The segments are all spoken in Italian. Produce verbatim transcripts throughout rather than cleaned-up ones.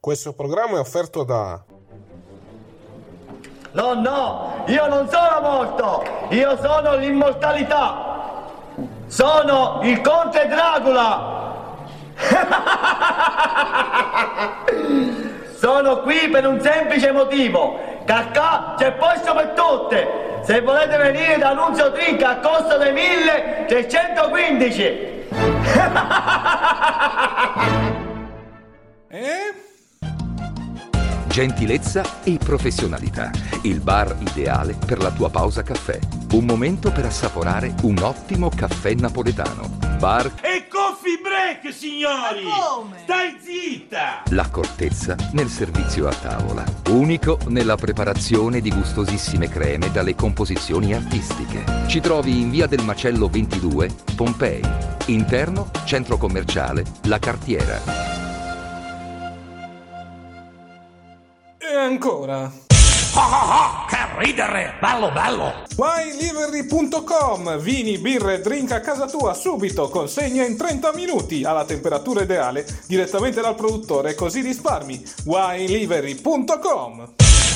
Questo programma è offerto da... No, no, io non sono morto, io sono l'immortalità. Sono il conte Dracula. Sono qui per un semplice motivo. Cacca c'è posto per tutte. Se volete venire da Nunzio Trinca a costo dei milletrecentoquindici. Eh? Gentilezza e professionalità. Il bar ideale per la tua pausa caffè. Un momento per assaporare un ottimo caffè napoletano. Bar E coffee break, signori! Ma come? Stai zitta! L'accortezza nel servizio a tavola. Unico nella preparazione di gustosissime creme dalle composizioni artistiche. Ci trovi in via del Macello ventidue, Pompei. Interno, centro commerciale, La Cartiera. E ancora... Oh, oh, oh, che ridere! Bello, bello! winelivery punto com. Vini, birre e drink a casa tua subito, consegna in trenta minuti alla temperatura ideale direttamente dal produttore, così risparmi. winelivery punto com.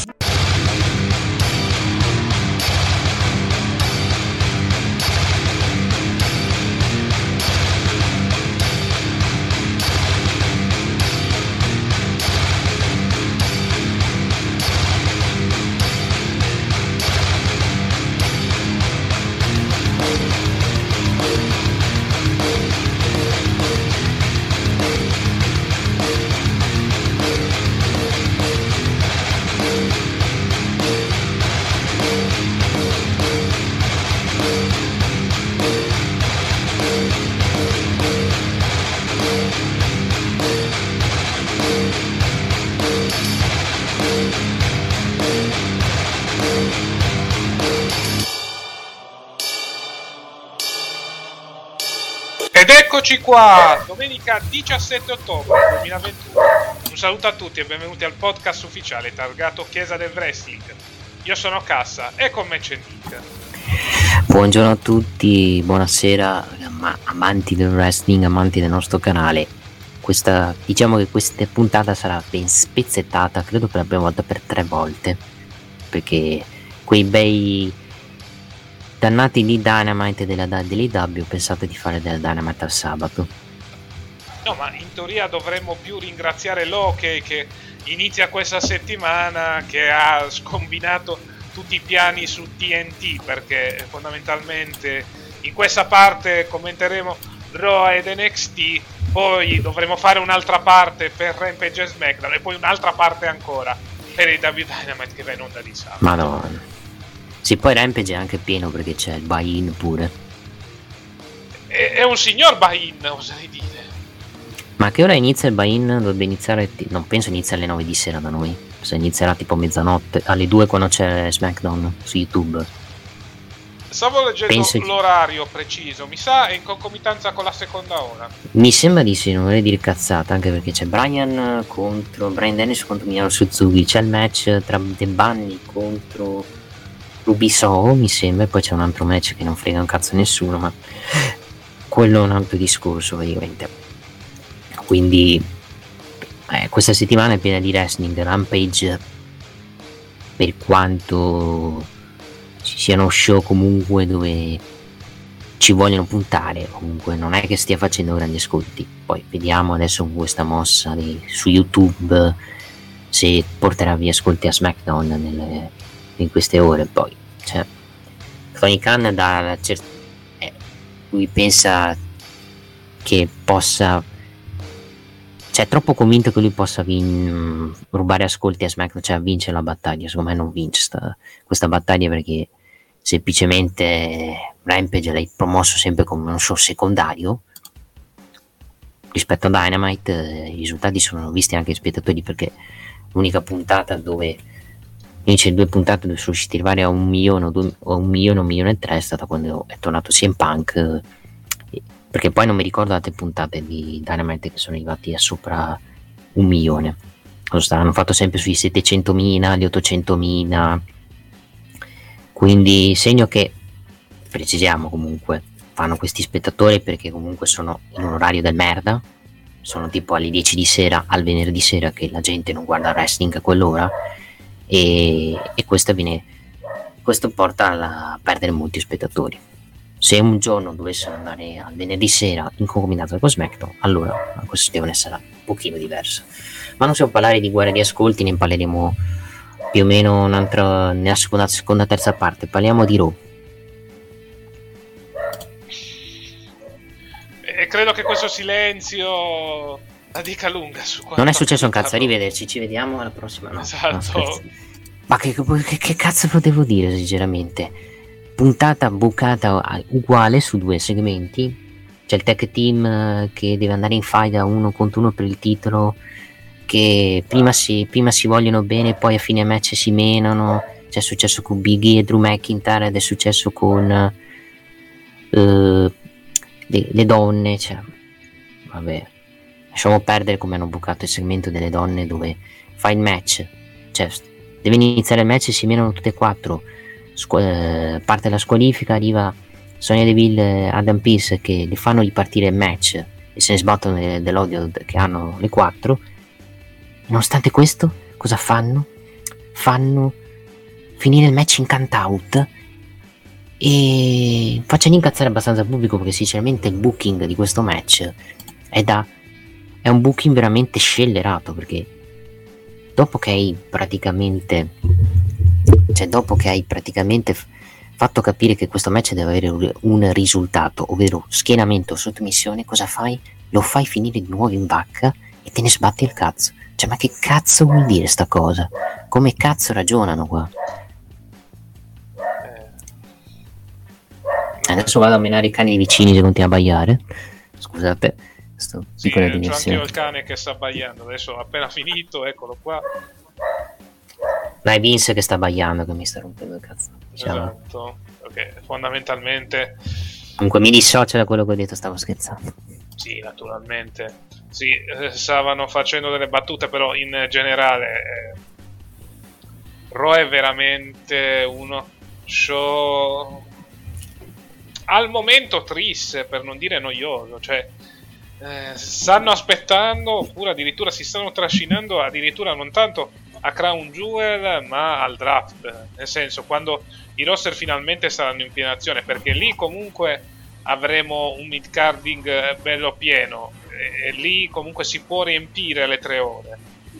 Ed eccoci qua, domenica diciassette ottobre duemilaventuno. Un saluto a tutti e benvenuti al podcast ufficiale targato Chiesa del Wrestling. Io sono Cassa e con me c'è Nick. Buongiorno a tutti, buonasera am- amanti del wrestling, amanti del nostro canale. Questa, diciamo che questa puntata sarà ben spezzettata, credo per la prima volta per tre volte, perché quei bei dannati di Dynamite della dell'I W pensate di fare del Dynamite al sabato. No, ma in teoria dovremmo più ringraziare Loki che inizia questa settimana, che ha scombinato tutti i piani su T N T, perché fondamentalmente in questa parte commenteremo Raw ed N X T, poi dovremo fare un'altra parte per Rampage e SmackDown e poi un'altra parte ancora per il W Dynamite che va in onda di sabato. Madonna. Sì, poi Rampage è anche pieno perché c'è il buy-in pure. È, è un signor buy-in, oserei dire. Ma a che ora inizia il buy-in? Dovrebbe iniziare, ti- non penso inizia alle nove di sera da noi. Se inizierà tipo a mezzanotte, alle due quando c'è SmackDown su YouTube. Stavo leggendo Penso- l'orario preciso, mi sa è in concomitanza con la seconda ora. Mi sembra di sì, non vorrei dire cazzata, anche perché c'è Brian contro Brian Dennis contro Minoru Suzuki, c'è il match tra The Bunny contro Ruby Soho, mi sembra, e poi c'è un altro match che non frega un cazzo a nessuno, ma quello è un altro discorso praticamente. Quindi eh, questa settimana è piena di wrestling. Rampage, per quanto ci siano show comunque dove ci vogliono puntare, comunque non è che stia facendo grandi ascolti. Poi vediamo adesso con questa mossa di, su YouTube se porterà via ascolti a SmackDown nelle, in queste ore. Poi cioè, Tony Khan da la cer- eh, lui pensa che possa, cioè è troppo convinto che lui possa vin- rubare ascolti a SmackDown, cioè vincere la battaglia. Secondo me non vince sta, questa battaglia, perché semplicemente Rampage l'hai promosso sempre come un show secondario rispetto a Dynamite. eh, I risultati sono visti anche ai spettatori, perché l'unica puntata dove invece due puntate dove sono riusciti ad arrivare a un milione o, due, o un milione o un milione e tre è stata quando è tornato C M Punk, eh, perché poi non mi ricordo altre puntate di Dynamite che sono arrivati a sopra un milione. Hanno fatto sempre sui settecentomila, gli ottocentomila, quindi segno che, precisiamo comunque, fanno questi spettatori perché comunque sono in un orario del merda, sono tipo alle dieci di sera al venerdì sera, che la gente non guarda wrestling a quell'ora, e, e questo, viene, questo porta alla, a perdere molti spettatori. Se un giorno dovessero andare al venerdì sera in combinato con SmackDown, allora la questione sarà un pochino diversa. Ma non stiamo a parlare di guerra di ascolti, ne parleremo più o meno un'altra, nella seconda, seconda terza parte. Parliamo di Raw. E credo che questo silenzio la dica lunga su non è successo un cazzo, arrivederci, ci vediamo alla prossima. No, esatto. No, ma che, che, che cazzo potevo dire sinceramente? Puntata bucata uguale su due segmenti. C'è il tag team che deve andare in fight da uno contro uno per il titolo, che prima si, prima si vogliono bene, poi a fine match si menano. C'è successo con Big E e Drew McIntyre, ed è successo con uh, le, le donne, cioè vabbè, lasciamo perdere come hanno bucato il segmento delle donne, dove fa il match, cioè deve iniziare il match e si menano tutte e quattro. Squ- eh, parte la squalifica, arriva Sonya Deville e Adam Pearce che li fanno ripartire il match e se ne sbattono de- dell'odio che hanno le quattro. Nonostante questo, cosa fanno? Fanno finire il match in count out e facciano incazzare abbastanza il pubblico, perché sinceramente il booking di questo match è da è un booking veramente scellerato, perché dopo che hai praticamente cioè dopo che hai praticamente f- fatto capire che questo match deve avere un risultato, ovvero schienamento o sottomissione, cosa fai? Lo fai finire di nuovo in vacca e te ne sbatti il cazzo. Cioè, ma che cazzo vuol dire sta cosa? Come cazzo ragionano qua? Eh. Adesso vado a menare i cani vicini se continua a abbaiare. Scusate, sto sì, piccola c'ho digressione. anche io il cane che sta abbaiando. Adesso appena finito, eccolo qua. Dai, Vince che sta abbaiando, che mi sta rompendo il cazzo. Diciamo. Esatto, perché fondamentalmente... Comunque mi dissocio da quello che ho detto, stavo scherzando. Sì, naturalmente. Sì, eh, stavano facendo delle battute, però in generale eh, Raw è veramente uno show al momento triste, per non dire noioso. Cioè, eh, stanno aspettando, oppure addirittura si stanno trascinando, addirittura non tanto a Crown Jewel ma al draft, nel senso quando i roster finalmente saranno in piena azione, perché lì comunque avremo un mid-carding bello pieno e, e lì comunque si può riempire le tre ore.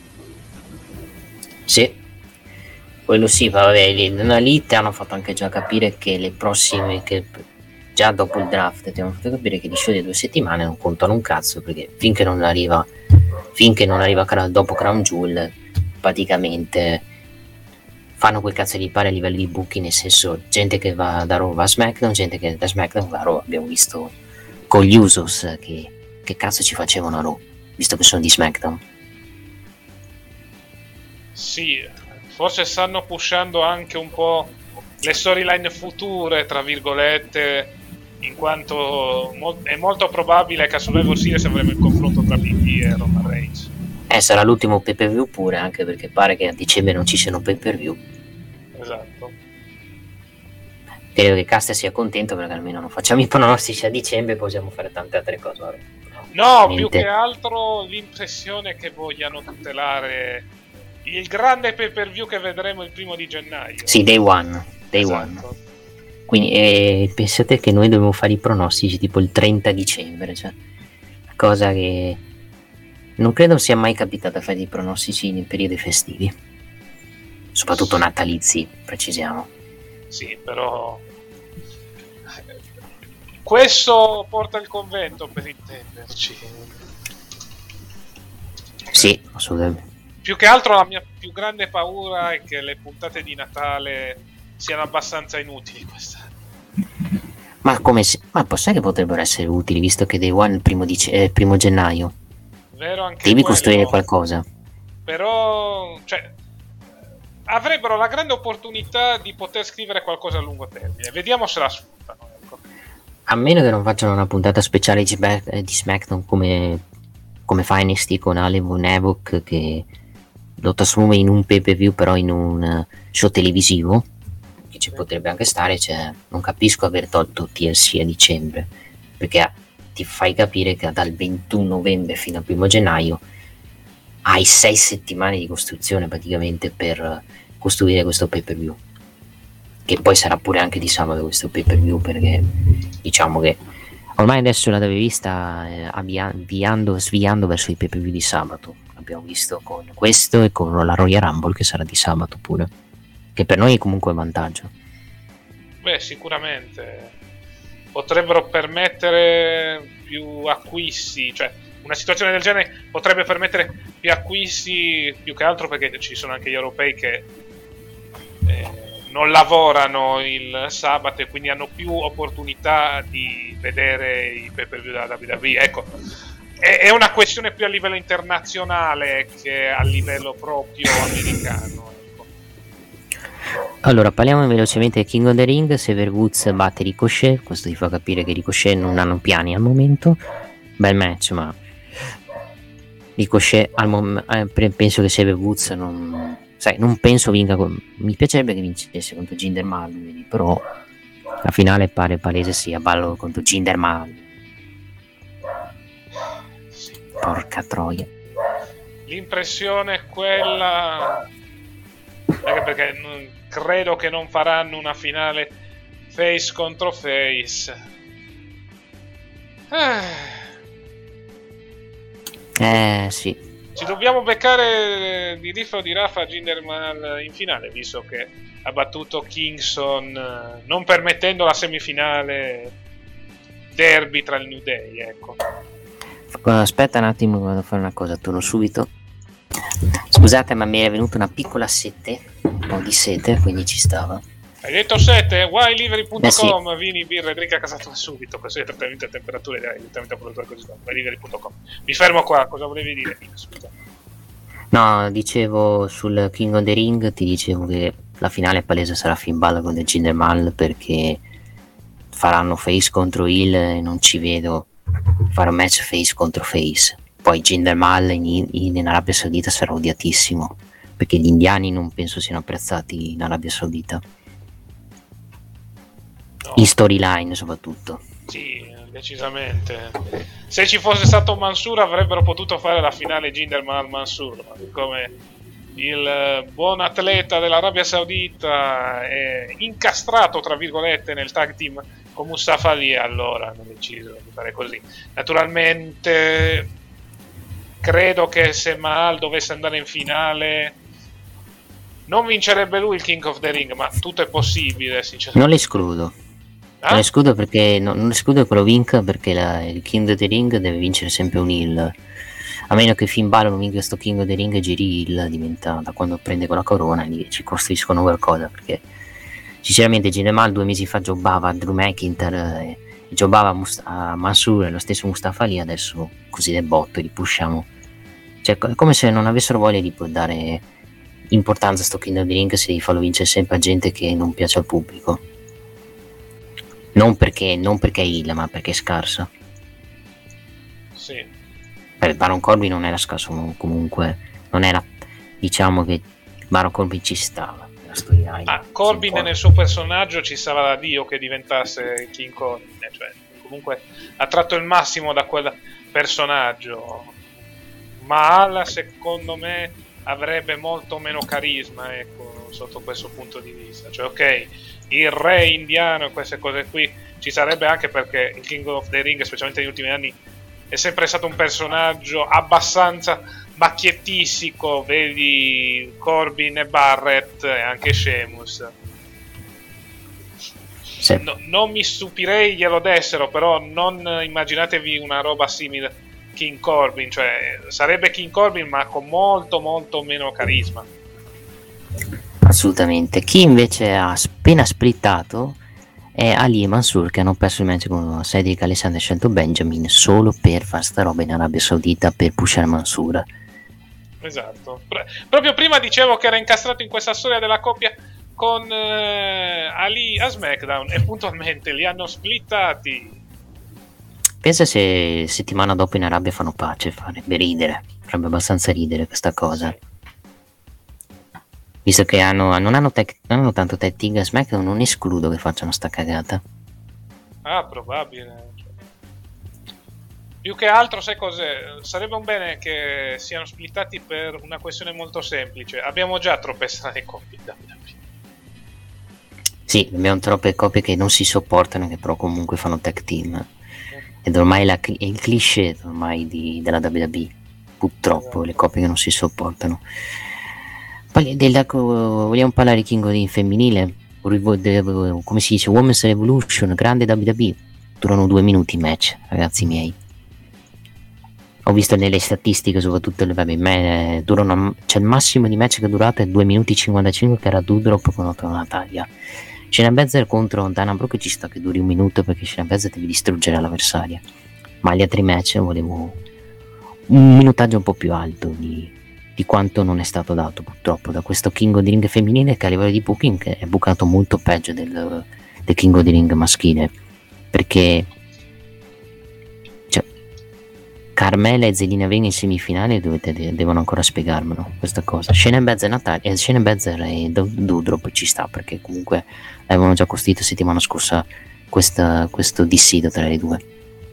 Sì, quello sì, vabbè, lì, lì ti hanno fatto anche già capire che le prossime, che già dopo il draft ti hanno fatto capire che di show di due settimane non contano un cazzo, perché finché non arriva finché non arriva dopo Crown Jewel praticamente fanno quel cazzo di pare a livello di booking, nel senso gente che va da Raw va a SmackDown, gente che da SmackDown va a Raw. Abbiamo visto con gli Usos che, che cazzo ci facevano a Raw, visto che sono di SmackDown. Sì, forse stanno pushando anche un po' le storyline future, tra virgolette, in quanto mo- è molto probabile che a Survivor Series avremo il confronto tra Big E e Roman Reigns. Eh, sarà l'ultimo pay per view pure, anche perché pare che a dicembre non ci siano pay per view. Esatto. Credo che Caster sia contento, perché almeno non facciamo i pronostici a dicembre e possiamo fare tante altre cose. Vabbè. No, Niente. più che altro l'impressione che vogliano tutelare il grande pay per view che vedremo il primo di gennaio. Sì, day one. Day Esatto. one. Quindi eh, pensate che noi dobbiamo fare i pronostici tipo il trenta dicembre, cioè cosa che non credo sia mai capitata a fare dei pronostici nei periodi festivi, soprattutto natalizi, precisiamo. Sì, però questo porta il convento, per intenderci. Sì, assolutamente. Più che altro la mia più grande paura è che le puntate di Natale siano abbastanza inutili quest'anno. Ma come se... ma sai che potrebbero essere utili, visto che Day One il primo, dice... eh, primo gennaio? Vero, anche devi quello, costruire qualcosa. Però, cioè, avrebbero la grande opportunità di poter scrivere qualcosa a lungo termine. Vediamo se la sfruttano, ecco. A meno che non facciano una puntata speciale di, Smack- di SmackDown come, come fa N X T con Alevon Evok, che lo trasforma in un pay per view però in un show televisivo, che ci potrebbe anche stare. Cioè, non capisco aver tolto T L C a dicembre, perché ti fai capire che dal ventuno novembre fino al primo gennaio hai sei settimane di costruzione praticamente per costruire questo pay per view, che poi sarà pure anche di sabato questo pay per view, perché diciamo che ormai adesso la W sta eh, avviando, sviando verso i pay per view di sabato. Abbiamo visto con questo e con la Royal Rumble che sarà di sabato pure, che per noi è comunque un vantaggio. Beh, sicuramente potrebbero permettere più acquisti, cioè una situazione del genere potrebbe permettere più acquisti, più che altro perché ci sono anche gli europei che eh, non lavorano il sabato e quindi hanno più opportunità di vedere i pay per view della W W E. Ecco, è, è una questione più a livello internazionale che a livello proprio americano. Ecco. Allora, parliamo velocemente di King of the Ring. Xavier Woods batte Ricochet, questo ti fa capire che Ricochet non hanno piani al momento. Bel match, ma Ricochet al mom- eh, penso che Xavier Woods non, sai, non penso vinca con... mi piacerebbe che vincesse contro Jinder Mahal, però la finale pare palese sia ballo contro Jinder Mahal. Porca troia, l'impressione è quella, anche perché non, credo che non faranno una finale face contro face. eh sì Ci dobbiamo beccare di Riff o di Rafa Jinder Mahal in finale, visto che ha battuto Kingston, non permettendo la semifinale derby tra il New Day, ecco. Aspetta un attimo, vado a fare una cosa, torno subito. Scusate, ma mi è venuta una piccola sete, un po' di sete, quindi ci stava. Hai detto sette? why livery punto com, Beh, sì. vini, birra e drink a casa tua subito, questo è trattamento a temperature ideali, direttamente a produttore così, why livery punto com. Mi fermo qua, cosa volevi dire? Scusa. No, dicevo sul King of the Ring, ti dicevo che la finale palese sarà Finn Balor con The Jinder Mahal, perché faranno face contro heel e non ci vedo fare un match face contro face. Poi Jinder Mahal in, in, in Arabia Saudita sarà odiatissimo, perché gli indiani non penso siano apprezzati in Arabia Saudita, No. in storyline soprattutto. Sì, decisamente. Se ci fosse stato Mansur avrebbero potuto fare la finale Jinder Mahal Mansur, ma siccome il buon atleta dell'Arabia Saudita è incastrato tra virgolette nel tag team con Mustafa Ali, allora hanno deciso di fare così. Naturalmente credo che se Mahal dovesse andare in finale non vincerebbe lui il King of the Ring, ma tutto è possibile, sinceramente. Non l'escludo. Ah? Non escludo perché no, non escludo che lo vinca, perché la, il King of the Ring deve vincere sempre un heel, a meno che Finn Balor non vinca questo King of the Ring e giri heel, diventa, da quando prende quella corona lì ci costruiscono qualcosa, perché sinceramente Jinder Mahal due mesi fa jobbava a Drew McIntyre e, e jobbava a, Must- a Mansur e lo stesso Mustafa Ali, adesso così del botto li pushiamo, cioè è come se non avessero voglia di dare importanza a sto King of the Ring, se devi farlo vincere sempre a gente che non piace al pubblico. Non perché, non perché è heel, ma perché è scarsa. Sì. Per Baron Corbin non era scarso comunque, non era, diciamo che Baron Corbin ci stava nella storyline. Ah, Corbin nel suo personaggio ci stava da Dio che diventasse King Corbin, cioè comunque ha tratto il massimo da quel personaggio. Mahal secondo me avrebbe molto meno carisma, ecco, sotto questo punto di vista, cioè ok, il re indiano e queste cose qui ci sarebbe, anche perché il King of the Ring, specialmente negli ultimi anni, è sempre stato un personaggio abbastanza macchiettistico, vedi Corbin e Barrett e anche Sheamus. Sì. No, non mi stupirei glielo dessero, però non immaginatevi una roba simile King Corbin, cioè sarebbe King Corbin ma con molto molto meno carisma. Assolutamente. Chi invece ha appena splittato è Ali e Mansur, che hanno perso il match con Cedric Alexander e Shelton Benjamin solo per far sta roba in Arabia Saudita, per pushare Mansur. Esatto. Pro- proprio prima dicevo che era incastrato in questa storia della coppia con eh, Ali a SmackDown e puntualmente li hanno splittati. Pensa se settimana dopo in Arabia fanno pace, farebbe ridere, farebbe abbastanza ridere questa cosa. Visto che hanno, non, hanno tech, non hanno tanto tag team a SmackDown, non escludo che facciano sta cagata. Ah, probabile. Più che altro, sai cos'è? Sarebbe un bene che siano splittati per una questione molto semplice. Abbiamo già troppe strane coppie da W W E. Sì, abbiamo troppe coppie che non si sopportano, che però comunque fanno tag team. Ed ormai la, è il cliché ormai di, della W W E. Purtroppo, esatto. Le coppie che non si sopportano. Poi del, vogliamo parlare di King of the Ring femminile? Come si dice? Women's Revolution, grande W W E. Durano due minuti i match, ragazzi miei. Ho visto nelle statistiche, soprattutto le vabbè, me, durano, cioè il massimo di match che è durato è due minuti e cinquantacinque, che era Doudrop contro Natalia. Shayna Baszler contro Dana Brooke ci sta che duri un minuto, perché Shayna Baszler deve distruggere l'avversaria, ma gli altri match volevo un minutaggio un po' più alto di, di quanto non è stato dato purtroppo da questo King of the Ring femminile, che a livello di booking è bucato molto peggio del, del King of the Ring maschile, perché Carmella e Zelina Vega in semifinale dovete, devono ancora spiegarmelo questa cosa. Shayna Baszler e Natalia, eh, Shayna Baszler e Doudrop ci sta, perché comunque avevano già costruito settimana scorsa questa, questo dissidio tra le due.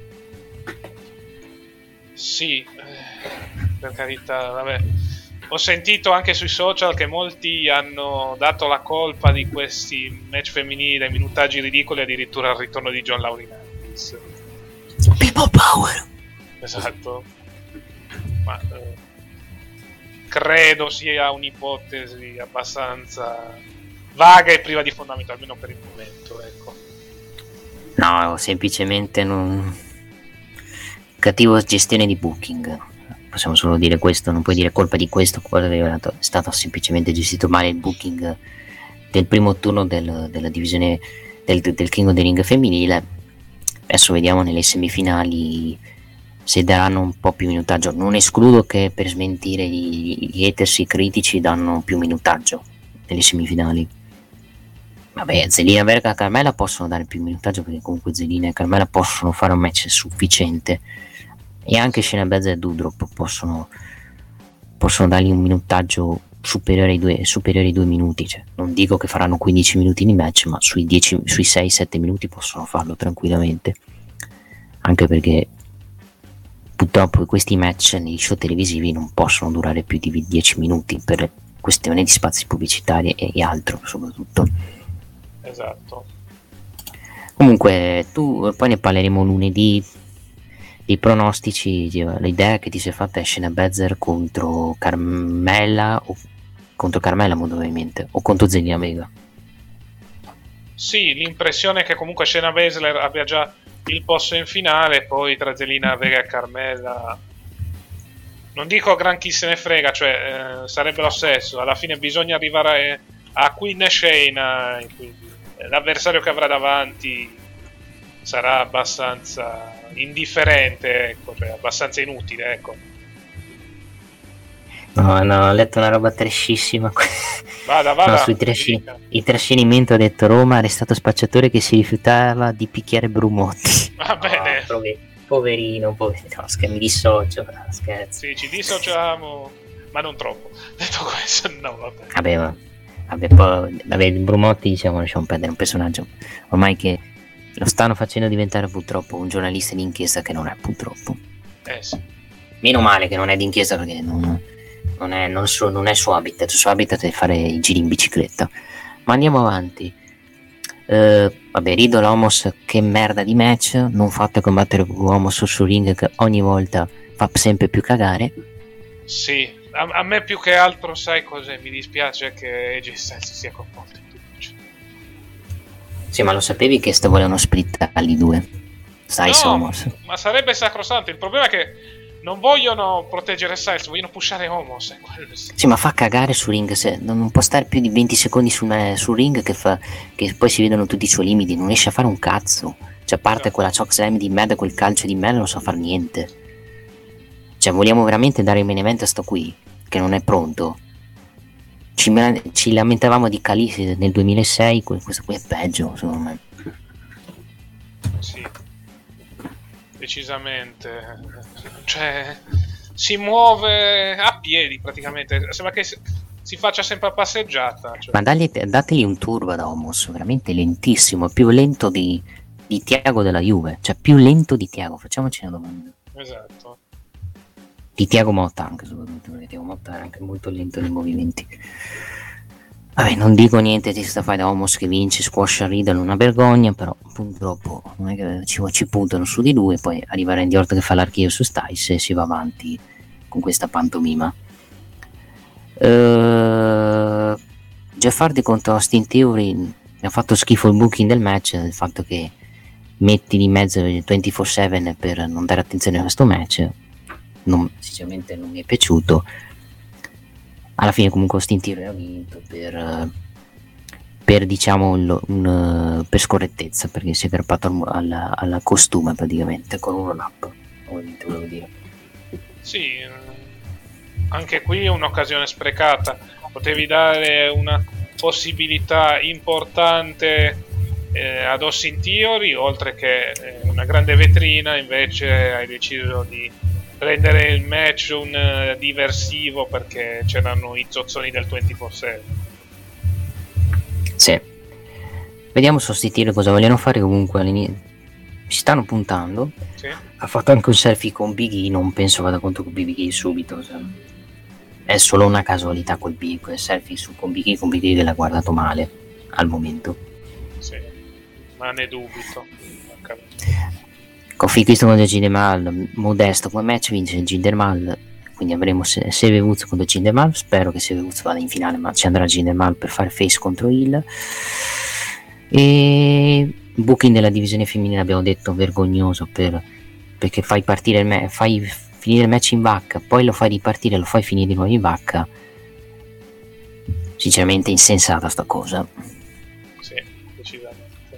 Sì, per carità, vabbè. Ho sentito anche sui social che molti hanno dato la colpa di questi match femminili dai minutaggi ridicoli addirittura al ritorno di John Laurinaitis. People power. Esatto, ma eh, credo sia un'ipotesi abbastanza vaga e priva di fondamento, almeno per il momento, ecco. No, semplicemente non... cattiva gestione di booking, possiamo solo dire questo, non puoi dire colpa di questo, è stato semplicemente gestito male il booking del primo turno del, della divisione del, del King of the Ring femminile. Adesso vediamo nelle semifinali se daranno un po' più minutaggio. Non escludo che per smentire gli, gli haters, i critici, danno più minutaggio nelle semifinali. Vabbè, Zelina Vega e Carmella possono dare più minutaggio, perché comunque Zelina e Carmella possono fare un match sufficiente, e anche Shayna Baszler e Doudrop possono possono dargli un minutaggio superiore ai due, superiore ai due minuti. Cioè, non dico che faranno quindici minuti di match, ma sui, dieci, sui sei sette minuti possono farlo tranquillamente, anche perché purtroppo questi match negli show televisivi non possono durare più di dieci minuti per questione di spazi pubblicitari e altro soprattutto. Esatto. Comunque tu poi ne parleremo lunedì dei pronostici. L'idea che ti sei fatta è Shayna Baszler contro Carmella, o contro Carmella ovviamente, o contro Zelina Vega. Sì, l'impressione è che comunque Shayna Baszler abbia già il posto in finale, poi tra Zelina Vega e Carmella non dico gran chi se ne frega, cioè eh, sarebbe lo stesso, alla fine bisogna arrivare a Queen e Shayna, quindi l'avversario che avrà davanti sarà abbastanza indifferente, ecco, cioè abbastanza inutile, ecco. No, no, ho letto una roba trashissima. Vada, vada. No, sui trascini, il trascinamento ha detto Roma, arrestato spacciatore che si rifiutava di picchiare Brumotti. Va bene. Oh, poverino, poverino, no, scherzi, mi dissocio, scherzo. Sì, ci dissociamo, ma non troppo. Detto questo, no, vabbè. Vabbè, ma, vabbè, poi, vabbè, Brumotti, diciamo, lasciamo perdere, un personaggio ormai che lo stanno facendo diventare purtroppo un giornalista d'inchiesta, che non è purtroppo. Eh sì. Meno male che non è d'inchiesta, perché non... Non è, non, so, non è il suo habitat, il suo habitat è fare i giri in bicicletta. Ma andiamo avanti. Uh, vabbè, Riddle Omos, che merda di match. Non fate combattere Omos sul ring, che ogni volta fa sempre più cagare. Sì, a, a me più che altro, sai cos'è? Mi dispiace che A J Styles sia coinvolto in tutto. Sì, ma lo sapevi che sta volevano splittarli due? Styles no, Omos. Ma sarebbe sacrosanto. Il problema è che non vogliono proteggere Styles, vogliono pushare Omos. Sì, ma fa cagare sul ring, se non può stare più di venti secondi sul, sul ring, che, fa, che poi si vedono tutti i suoi limiti, non riesce a fare un cazzo. Cioè, a parte quella chokeslam di merda, quel calcio di merda, non sa fare niente. Cioè, vogliamo veramente dare il main event a sto qui, che non è pronto? Ci, ci lamentavamo di Khali nel duemilasei, questo qui è peggio, secondo me. Sì, decisamente. Cioè, si muove a piedi praticamente, sembra che si faccia sempre a passeggiata, cioè. Ma dagli, dategli un turbo ad Omos, veramente lentissimo, più lento di, di Thiago della Juve, cioè più lento di Thiago, facciamoci una domanda. Esatto. Di Thiago Motta anche, soprattutto perché Thiago Motta era anche molto lento nei movimenti. Vabbè, non dico niente di sta fai da Omos che vince, squascia Riddle, una vergogna, però purtroppo non è che ci, ci puntano su di lui, poi arriva Randy Orton che fa l'archivio su Styles e si va avanti con questa pantomima. Uh, Jeff Hardy contro Austin Theory, mi ha fatto schifo il booking del match, il fatto che metti di mezzo ventiquattro sette per non dare attenzione a questo match, non, sinceramente non mi è piaciuto. Alla fine comunque Austin Theory ha vinto per, per diciamo un, un, per scorrettezza, perché si è aggrappato al, al, al costume praticamente con un roll-up, ovviamente volevo dire. Sì, anche qui un'occasione sprecata, potevi dare una possibilità importante eh, ad Austin Theory, oltre che eh, una grande vetrina, invece hai deciso di rendere il match un uh, diversivo perché c'erano i zozzoni del ventiquattro sette. Sì, vediamo sostituire cosa vogliono fare. Comunque all'inizio ci stanno puntando. Sì. Ha fatto anche un selfie con Big E, non penso vada contro con Big E subito, cioè. È solo una casualità quel Big quel selfie su con Big E, con Big E che l'ha guardato male al momento. Sì, ma ne dubito. Kofi Kingston contro Jinder Mahal, modesto come match, vince Jinder Mahal, quindi avremo Seve Woods contro Jinder Mahal. Spero che Seve Woods vada in finale, ma ci andrà Jinder Mahal per fare face contro Hill. E booking della divisione femminile abbiamo detto vergognoso, per, perché fai partire il me- fai finire il match in vacca, poi lo fai ripartire, lo fai finire di nuovo in vacca. Sinceramente insensata sta cosa. Sì, decisamente.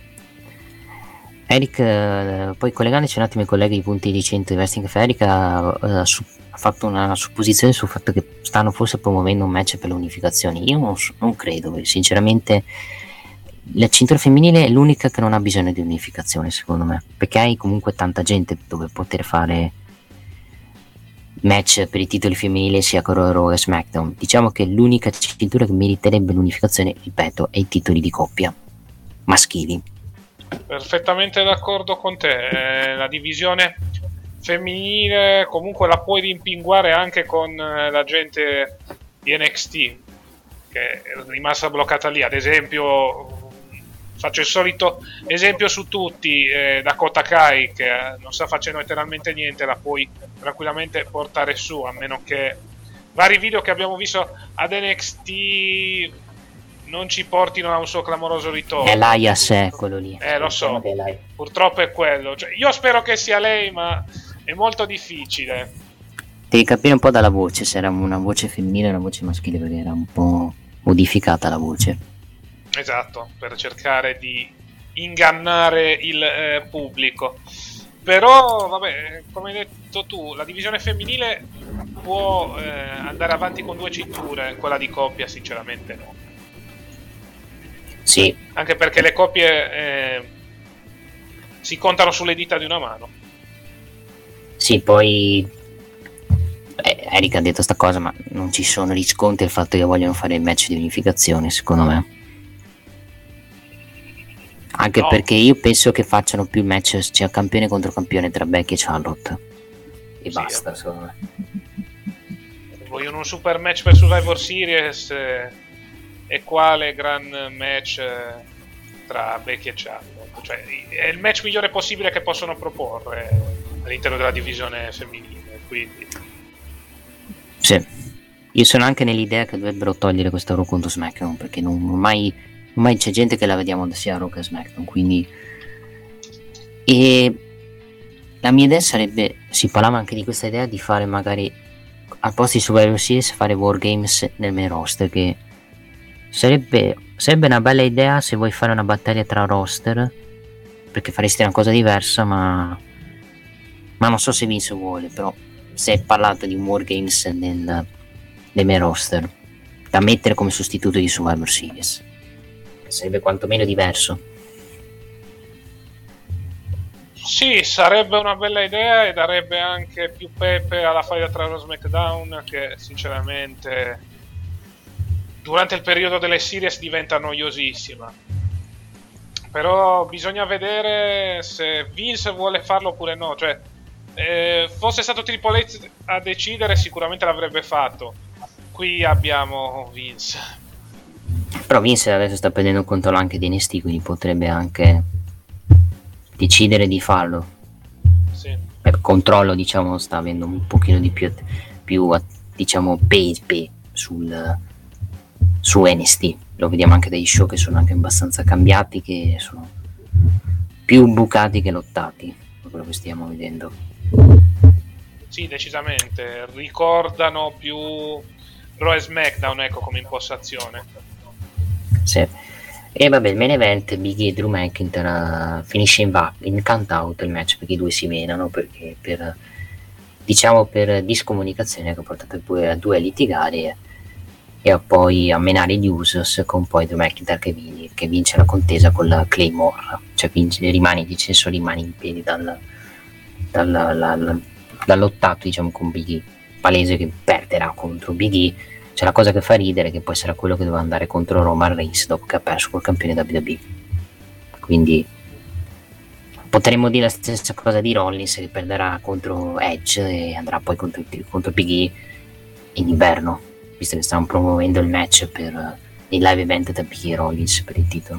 Eric, eh, poi collegandoci un attimo ai colleghi di punti di cento di Wrestling, Eric ha, ha, su, ha fatto una supposizione sul fatto che stanno forse promuovendo un match per le unificazioni. Io non, non credo, sinceramente la cintura femminile è l'unica che non ha bisogno di unificazione, secondo me, perché hai comunque tanta gente dove poter fare match per i titoli femminili sia con Raw e SmackDown. Diciamo che l'unica cintura che meriterebbe l'unificazione, ripeto, è i titoli di coppia maschili. Perfettamente d'accordo con te. Eh, la divisione femminile comunque la puoi rimpinguare anche con eh, la gente di N X T, che è rimasta bloccata lì. Ad esempio, faccio il solito esempio su tutti, eh, Dakota Kai, che eh, non sta facendo letteralmente niente, la puoi tranquillamente portare su, a meno che vari video che abbiamo visto ad N X T non ci portino a un suo clamoroso ritorno. È l'Aias, è quello lì. Eh, lo so, purtroppo è quello. Cioè, io spero che sia lei, ma è molto difficile. Devi capire un po' dalla voce, se era una voce femminile o una voce maschile, perché era un po' modificata la voce. Esatto, per cercare di ingannare il eh, pubblico. Però, vabbè, come hai detto tu, la divisione femminile può eh, andare avanti con due cinture, quella di coppia sinceramente no. Sì. Anche perché le coppie eh, si contano sulle dita di una mano. Sì, poi eh, Eric ha detto sta cosa, ma non ci sono riscontri il fatto che vogliono fare il match di unificazione, secondo me. Anche no. Perché io penso che facciano più match, cioè campione contro campione tra Becky e Charlotte. E sì, basta, secondo me. Vogliono un super match per Survivor Series. Eh... E quale gran match eh, tra Becky e Charlotte, cioè è il match migliore possibile che possono proporre all'interno della divisione femminile, quindi sì, io sono anche nell'idea che dovrebbero togliere questa Raw contro SmackDown, perché non ormai, ormai c'è gente che la vediamo sia Raw che SmackDown, quindi e la mia idea sarebbe, si parlava anche di questa idea di fare magari al posto di Survivor Series fare War Games nel main roster, che Sarebbe, sarebbe una bella idea se vuoi fare una battaglia tra roster, perché faresti una cosa diversa, ma ma non so se Vince vuole. Però si è parlato di un War Games nel, nel main roster da mettere come sostituto di Survivor Series, che sarebbe quantomeno diverso. Sì, sarebbe una bella idea e darebbe anche più pepe alla faida tra Raw e SmackDown, che sinceramente durante il periodo delle series diventa noiosissima. Però bisogna vedere se Vince vuole farlo oppure no. Cioè, Eh, fosse stato Triple H a decidere, sicuramente l'avrebbe fatto. Qui abbiamo Vince. Però Vince adesso sta prendendo il controllo anche di N X T, quindi potrebbe anche decidere di farlo. Sì. Per controllo, diciamo, sta avendo un pochino di più, più diciamo, pepe sul su N X T. Lo vediamo anche dai show che sono anche abbastanza cambiati, che sono più bucati che lottati, quello che stiamo vedendo. Sì, decisamente ricordano più Raw e SmackDown, ecco, come impostazione. Sì. E vabbè, il main event Big E e Drew McIntyre finisce in, va- in count out il match, perché i due si menano, perché per, diciamo, per discomunicazione che ha portato poi a due a litigare e a poi a menare gli Usos, con poi Drew McIntyre che, vi- che vince la contesa con la Claymore, cioè vince, rimane, dice, rimane in piedi dal, dal, la, la, dall'ottato, diciamo, con Big E, palese che perderà contro Big E. C'è la cosa che fa ridere, che poi sarà quello che doveva andare contro Roman Reigns dopo che ha perso col campione W W E. Quindi potremmo dire la stessa cosa di Rollins, che perderà contro Edge e andrà poi contro, contro Big E in inverno, visto che stanno promuovendo il match per il live event da Big E e Rollins per il titolo.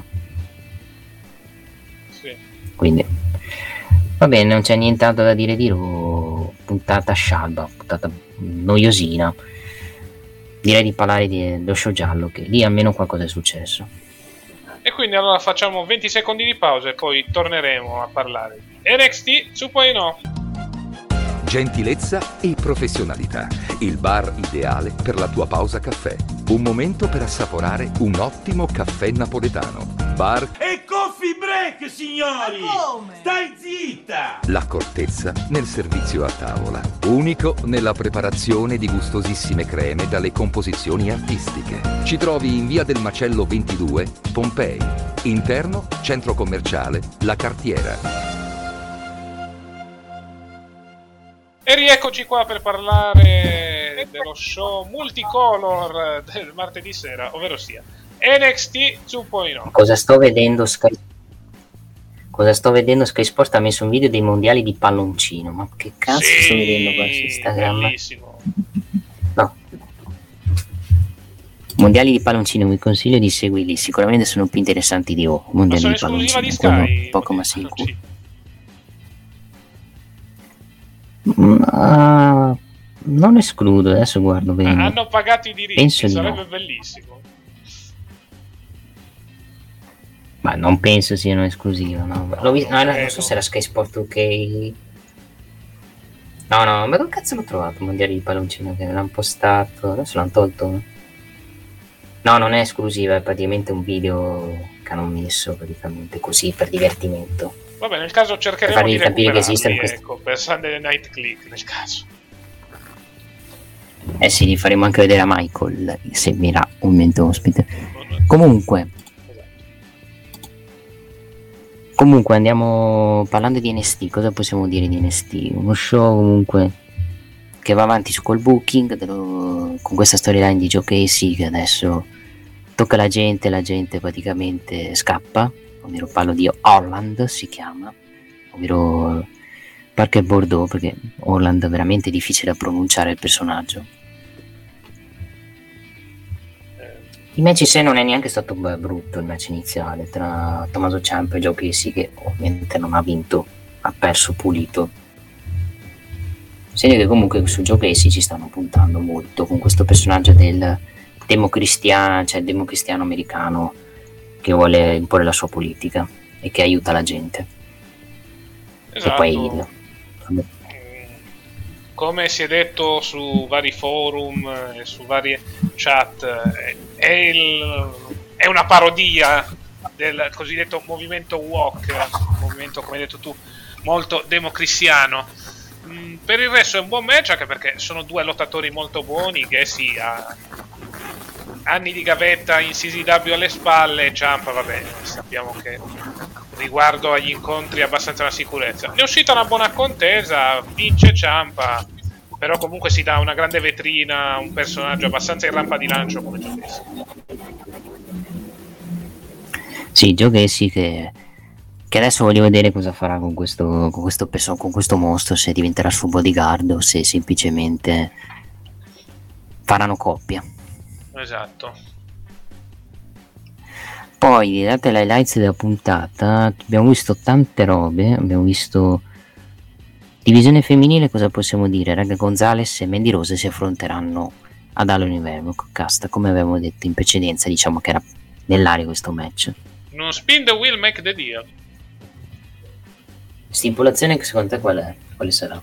Sì. Quindi va bene, non c'è nient'altro da dire di Raw, puntata scialba, puntata noiosina. Direi di parlare dello show giallo, che lì almeno qualcosa è successo. E quindi allora facciamo venti secondi di pausa e poi torneremo a parlare di N X T due punto zero. Gentilezza e professionalità. Il bar ideale per la tua pausa caffè. Un momento per assaporare un ottimo caffè napoletano. Bar E coffee break, signori! Stai zitta! L'accortezza nel servizio a tavola. Unico nella preparazione di gustosissime creme dalle composizioni artistiche. Ci trovi in via del Macello ventidue, Pompei. Interno, centro commerciale, La Cartiera. E rieccoci qua per parlare dello show multicolor del martedì sera, ovvero sia N X T due punto zero. Cosa sto vedendo Sky Cosa sto vedendo Sky Sport ha messo un video dei mondiali di palloncino. Ma che cazzo sì, sto vedendo qua su Instagram? Bellissimo. No. Mondiali di palloncino, vi consiglio di seguirli, sicuramente sono più interessanti di O. Mondiali sono di palloncino, esclusiva di Sky, poco ma sicuro. sì. Ma non escludo, adesso guardo bene. Ah, hanno pagato i diritti, Penso di sarebbe no. bellissimo. Ma non penso siano esclusive, no. L'ho visto, non no, non credo. so se era Sky Sport U K. No, no, ma dove cazzo l'ho trovato il mondiale di palloncino che l'hanno postato? Adesso l'hanno tolto. No, non è esclusiva, è praticamente un video che hanno messo praticamente così per divertimento. Vabbè, nel caso cercheremo Per farvi di capire che recuperarli, esistono questi- ecco, per Sunday Night Click, nel caso. Eh sì, li faremo anche vedere a Michael, che seguirà un momento ospite. Comunque, comunque andiamo parlando di N X T. Cosa possiamo dire di N X T? Uno show comunque che va avanti su col booking dello, con questa storyline di Joe Casey che adesso tocca la gente, la gente praticamente scappa, ovvero parlo di Orland, si chiama, ovvero Parker Bordeaux, perché Orland è veramente difficile da pronunciare il personaggio. Il match in sé non è neanche stato beh, brutto, il match iniziale tra Tommaso Ciampa e Joe Casey, che ovviamente non ha vinto, ha perso pulito. Segno che comunque su Joe Casey ci stanno puntando molto con questo personaggio del democristiano, cioè democristiano americano che vuole imporre la sua politica e che aiuta la gente. Esatto. E poi il... Come si è detto su vari forum e su varie chat, è, il, è una parodia del cosiddetto movimento woke, un movimento, come hai detto tu, molto democristiano. Mm, per il resto è un buon match, anche perché sono due lottatori molto buoni, che si ha anni di gavetta in C Z W alle spalle. Ciampa, vabbè, sappiamo che riguardo agli incontri abbastanza una sicurezza. Ne è uscita una buona contesa, vince Ciampa, però comunque si dà una grande vetrina a un personaggio abbastanza in rampa di lancio come Joe Casey. Sì, Joe Casey che Che adesso voglio vedere cosa farà con questo, con questo, perso- con questo mostro, se diventerà suo bodyguard o se semplicemente faranno coppia. Esatto. Poi, date le highlights della puntata, abbiamo visto tante robe, abbiamo visto divisione femminile, cosa possiamo dire? Raga Gonzalez e Mandy Rose si affronteranno ad Halloween Inverno con Casta, come avevamo detto in precedenza, diciamo che era nell'aria questo match. Non spin the wheel, make the deal. Stipulazione che secondo te qual è? Quale sarà?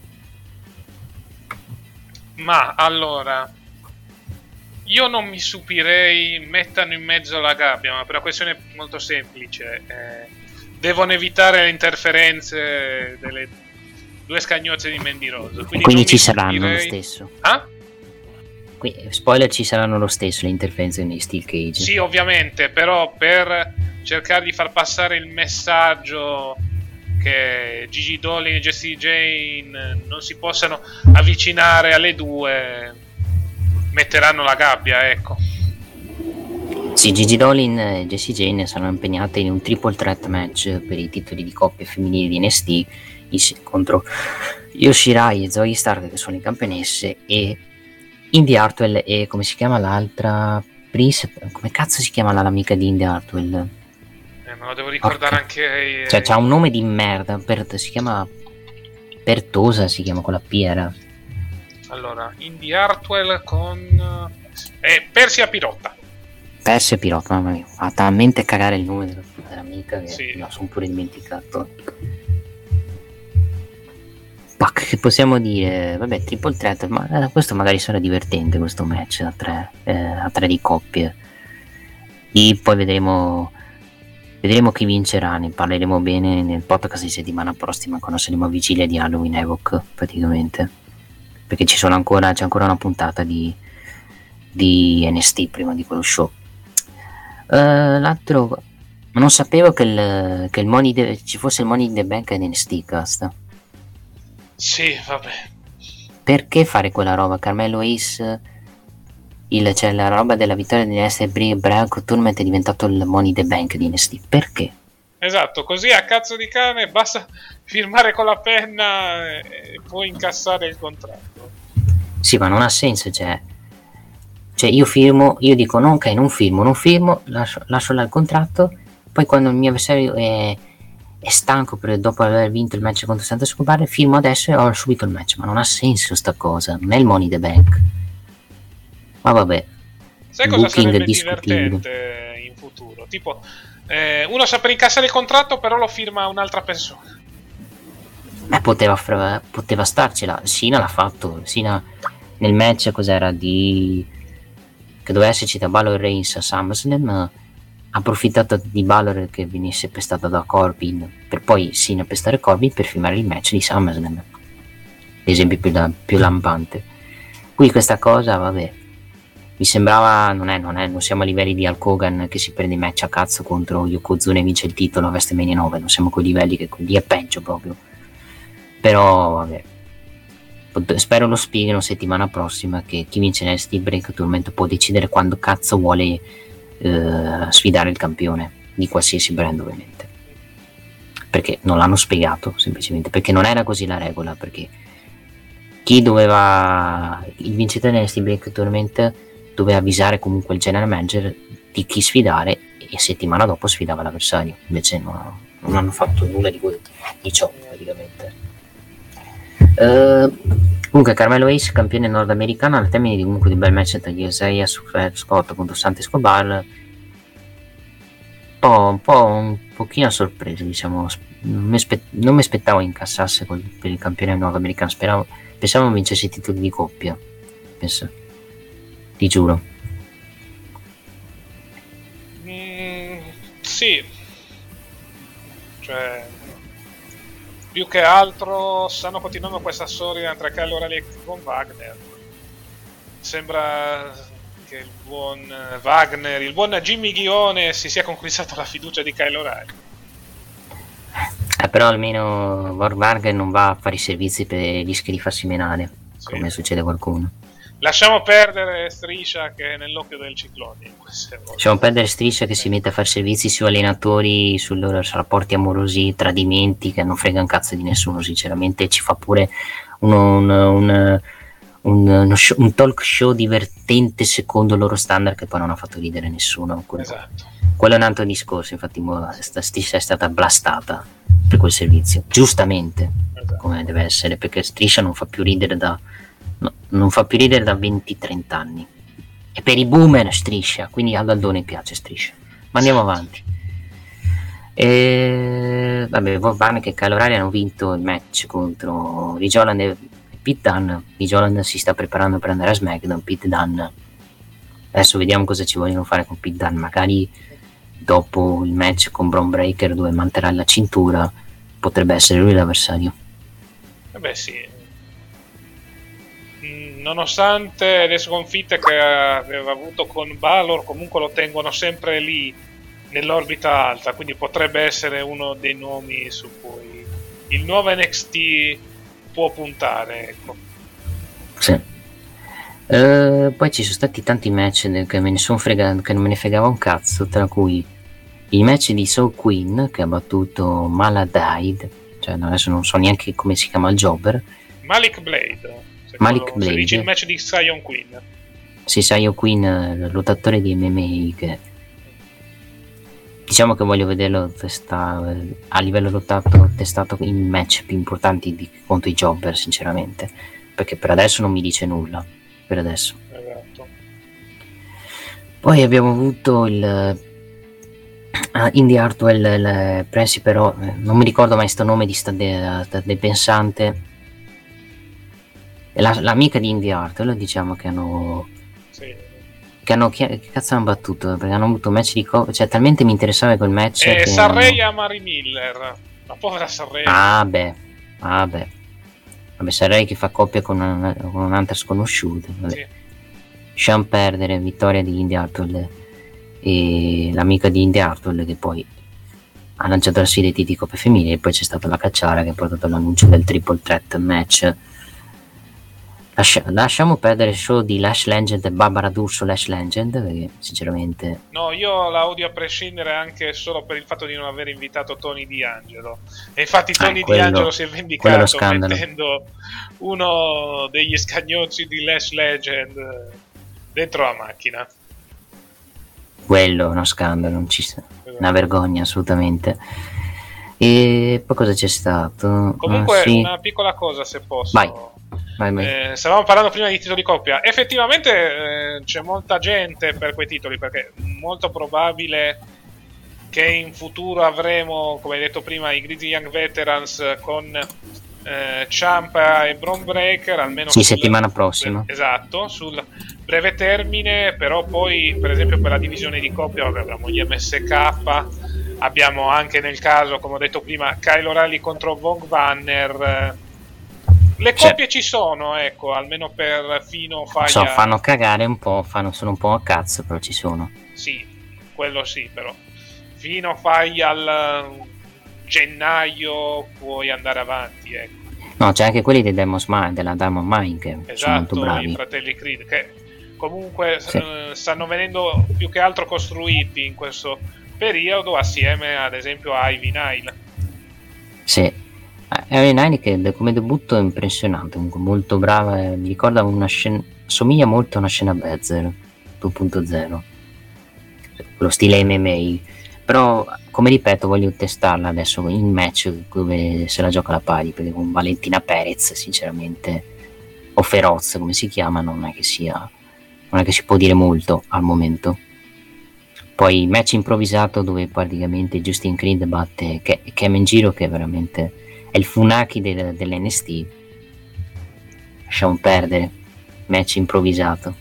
Ma allora, io non mi stupirei mettano in mezzo la gabbia, ma per una questione molto semplice. Eh, devono evitare le interferenze delle due scagnozze di Mandy Rose. Quindi, Quindi non ci mi saranno stupirei... lo stesso. Ah? Qui, spoiler, ci saranno lo stesso le interferenze nei Steel Cage. Sì, ovviamente, però per cercare di far passare il messaggio che Gigi Dolin e Jessie Jane non si possano avvicinare alle due, metteranno la gabbia, ecco. Sì, Gigi Dolin e Jessie Jane saranno impegnate in un triple threat match per i titoli di coppia femminili di N X T contro Yoshirai e Zoe Stark, che sono le campionesse, e Indy Hartwell e come si chiama l'altra? Prince, come cazzo si chiama l'amica di Indy Hartwell? Eh, me lo devo ricordare. Orca. Anche... Cioè, c'ha un nome di merda, per, si chiama Pertosa, si chiama con la P, era. Allora, Indy Hartwell con... Eh, Persia Pirotta. Persia Pirotta, mamma mia, fa talmente cagare il nome della, dell'amica che sì. No, sono pure dimenticato. Pac, che possiamo dire? Vabbè, triple threat, ma eh, questo magari sarà divertente, questo match a tre, eh, a tre di coppie. E poi vedremo vedremo chi vincerà, ne parleremo bene nel podcast di settimana prossima, quando saremo a vigilia di Halloween Evoc, praticamente. Perché ci sono ancora, c'è ancora una puntata di, di N X T prima di quello show. Uh, l'altro, non sapevo che, il, che il money de, ci fosse il Money in the Bank in N X T, casta. Sì, vabbè. Perché fare quella roba? Carmelo Ace, il, cioè la roba della vittoria di N X T Break Tournament è diventato il Money in the Bank di N X T. Perché? Esatto, così a cazzo di cane basta firmare con la penna e puoi incassare il contratto. Sì, ma non ha senso, cioè... Cioè io firmo, io dico no, ok, non firmo, non firmo, lascio, lascio là il contratto, poi quando il mio avversario è, è stanco per, dopo aver vinto il match contro Santos Escobar, firmo adesso e ho subito il match, ma non ha senso sta cosa, non è il Money in the Bank. Ma vabbè. Sai cosa sarebbe divertente in futuro? Tipo, eh, uno sa per incassare il contratto, però lo firma un'altra persona. Ma poteva, poteva starcela, Sina l'ha fatto, Sina nel match cos'era di... che doveva esserci da Balor Reigns a SummerSlam, ha approfittato di Balor che venisse pestato da Corbin per poi Sina pestare Corbin per filmare il match di SummerSlam, l'esempio più, da, più lampante. Qui questa cosa, vabbè, mi sembrava, non è, non è, non siamo a livelli di Hulk Hogan che si prende match a cazzo contro Yokozuna e vince il titolo a WrestleMania nove, non siamo a quei livelli, che lì è peggio proprio. Però vabbè, spero lo spiegano settimana prossima che chi vince nel Steel Break Tournament può decidere quando cazzo vuole eh, sfidare il campione di qualsiasi brand, ovviamente, perché non l'hanno spiegato, semplicemente perché non era così la regola, perché chi doveva, il vincitore nel Steel Break Tournament doveva avvisare comunque il general manager di chi sfidare e settimana dopo sfidava l'avversario, invece no, non hanno fatto nulla di, di ciò praticamente. Uh, comunque Carmelo Ace, campione nordamericano, al termine di comunque di bel match tra Isaiah Scott contro Santos Escobar, un po', un po' un pochino a sorpresa, diciamo. Non mi, aspe- non mi aspettavo incassasse col, per il campione nordamericano, speravo, pensavo vincesse i titoli di coppia, penso, ti giuro. Mm, sì, cioè più che altro stanno continuando questa storia tra Kyle O'Reilly e Von Wagner. Sembra che il buon Wagner, il buon Jimmy Ghione si sia conquistato la fiducia di Kyle O'Reilly. Eh, però almeno Von Wagner non va a fare i servizi per rischi di farsi menare, sì, come succede a qualcuno. lasciamo perdere Striscia che è nell'occhio del ciclone. Lasciamo perdere Striscia che si mette a fare servizi su allenatori, sui loro rapporti amorosi, tradimenti, che non frega un cazzo di nessuno, sinceramente. Ci fa pure un, un, un, un, uno show, un talk show divertente secondo il loro standard, che poi non ha fatto ridere nessuno. Quello, esatto. quello è un altro discorso. Infatti Striscia è stata blastata per quel servizio, giustamente, esatto, come deve essere, perché Striscia non fa più ridere da no, non fa più ridere da venti trenta anni. E per i boomer Striscia, quindi a Daldone piace Striscia. Ma andiamo avanti. E vabbè, Vanek e Kyle O'Reilly hanno vinto il match contro Ridge Holland e Pete Dunne. Ridge Holland si sta preparando per andare a SmackDown. Pete Dunne, adesso vediamo cosa ci vogliono fare con Pete Dunne. Magari dopo il match con Bron Breakker, dove manterrà la cintura, potrebbe essere lui l'avversario. Eh beh sì, nonostante le sconfitte che aveva avuto con Balor, comunque lo tengono sempre lì nell'orbita alta, quindi potrebbe essere uno dei nomi su cui il nuovo N X T può puntare, ecco. Sì. Uh, poi ci sono stati tanti match che me ne sono fregato, che non me ne fregava un cazzo, tra cui il match di Soul Queen che ha battuto Maladaid, cioè adesso non so neanche come si chiama il jobber, Malik Blade. Malik Blade. Dice il match di Sion Queen. Sì, Sion Queen, lottatore di M M A, che diciamo che voglio vederlo testa, a livello lottato testato in match più importanti di, contro i jobber, sinceramente, perché per adesso non mi dice nulla, per adesso. Esatto. Poi abbiamo avuto il uh, Indy Hartwell, il Presi, però eh, non mi ricordo mai sto nome di sta de, de pensante. La, l'amica di Indy Hartwell, diciamo che hanno sì. che hanno che cazzo hanno battuto, perché hanno avuto match di coppia, cioè talmente mi interessava quel match e che Sarray hanno... a Mary Miller, la povera Sarray. Ah beh, ah beh vabbè, Sarray che fa coppia con, una, con un'altra sconosciuta, vabbè. Sì. Lasciamo perdere, vittoria di Indy Hartwell e l'amica di Indy Hartwell, che poi ha lanciato la sfida ai titoli coppia femminile, e poi c'è stata la cacciara che ha portato all'annuncio del triple threat match. Lascia, lasciamo perdere il show di Lash Legend e Barbara D'Urso Lash Legend, perché sinceramente no, io la odio a prescindere, anche solo per il fatto di non aver invitato Tony D'Angelo, e infatti Tony ah, quello, D'Angelo si è vendicato mettendo uno degli scagnozzi di Lash Legend dentro la macchina. Quello è uno scandalo, non ci sta, esatto. Una vergogna assolutamente. E poi cosa c'è stato? Comunque ah, sì. Una piccola cosa, se posso. Vai. Vai, vai. Eh, stavamo parlando prima di titoli coppia. Effettivamente eh, c'è molta gente per quei titoli, perché è molto probabile che in futuro avremo, come hai detto prima, i Grizzly Young Veterans con eh, Ciampa e Bron Breakker, almeno sì, sul, settimana prossima. Esatto, sul breve termine. Però poi, per esempio, per la divisione di coppia abbiamo gli M S K, abbiamo anche, nel caso, come ho detto prima, Kyle O'Reilly contro Von Vanner. Le coppie ci sono, ecco, almeno per Fino Faglia. So, fanno cagare un po', fanno, sono un po' a cazzo, però ci sono. Sì, quello sì, però. Fino Faglia al gennaio puoi andare avanti, ecco. No, c'è anche quelli dei Demons Mind, della Diamond Mine, che esatto, sono molto bravi. I fratelli Creed, che comunque sì. eh, stanno venendo più che altro costruiti in questo periodo, assieme ad esempio a Ivy Nile. Sì. Ivy Nile che come debutto è impressionante, comunque molto brava, eh, mi ricorda una scena, somiglia molto a una scena Bezer due punto zero, quello stile M M A, però come ripeto voglio testarla adesso in match dove se la gioca la pari, perché con Valentina Perez sinceramente, o Feroz come si chiama, non è che sia, non è che si può dire molto al momento. Poi match improvvisato dove praticamente Justin Creed batte Cameron Giro, che è veramente è il Funaki del, dell'N X T. Lasciamo perdere, match improvvisato.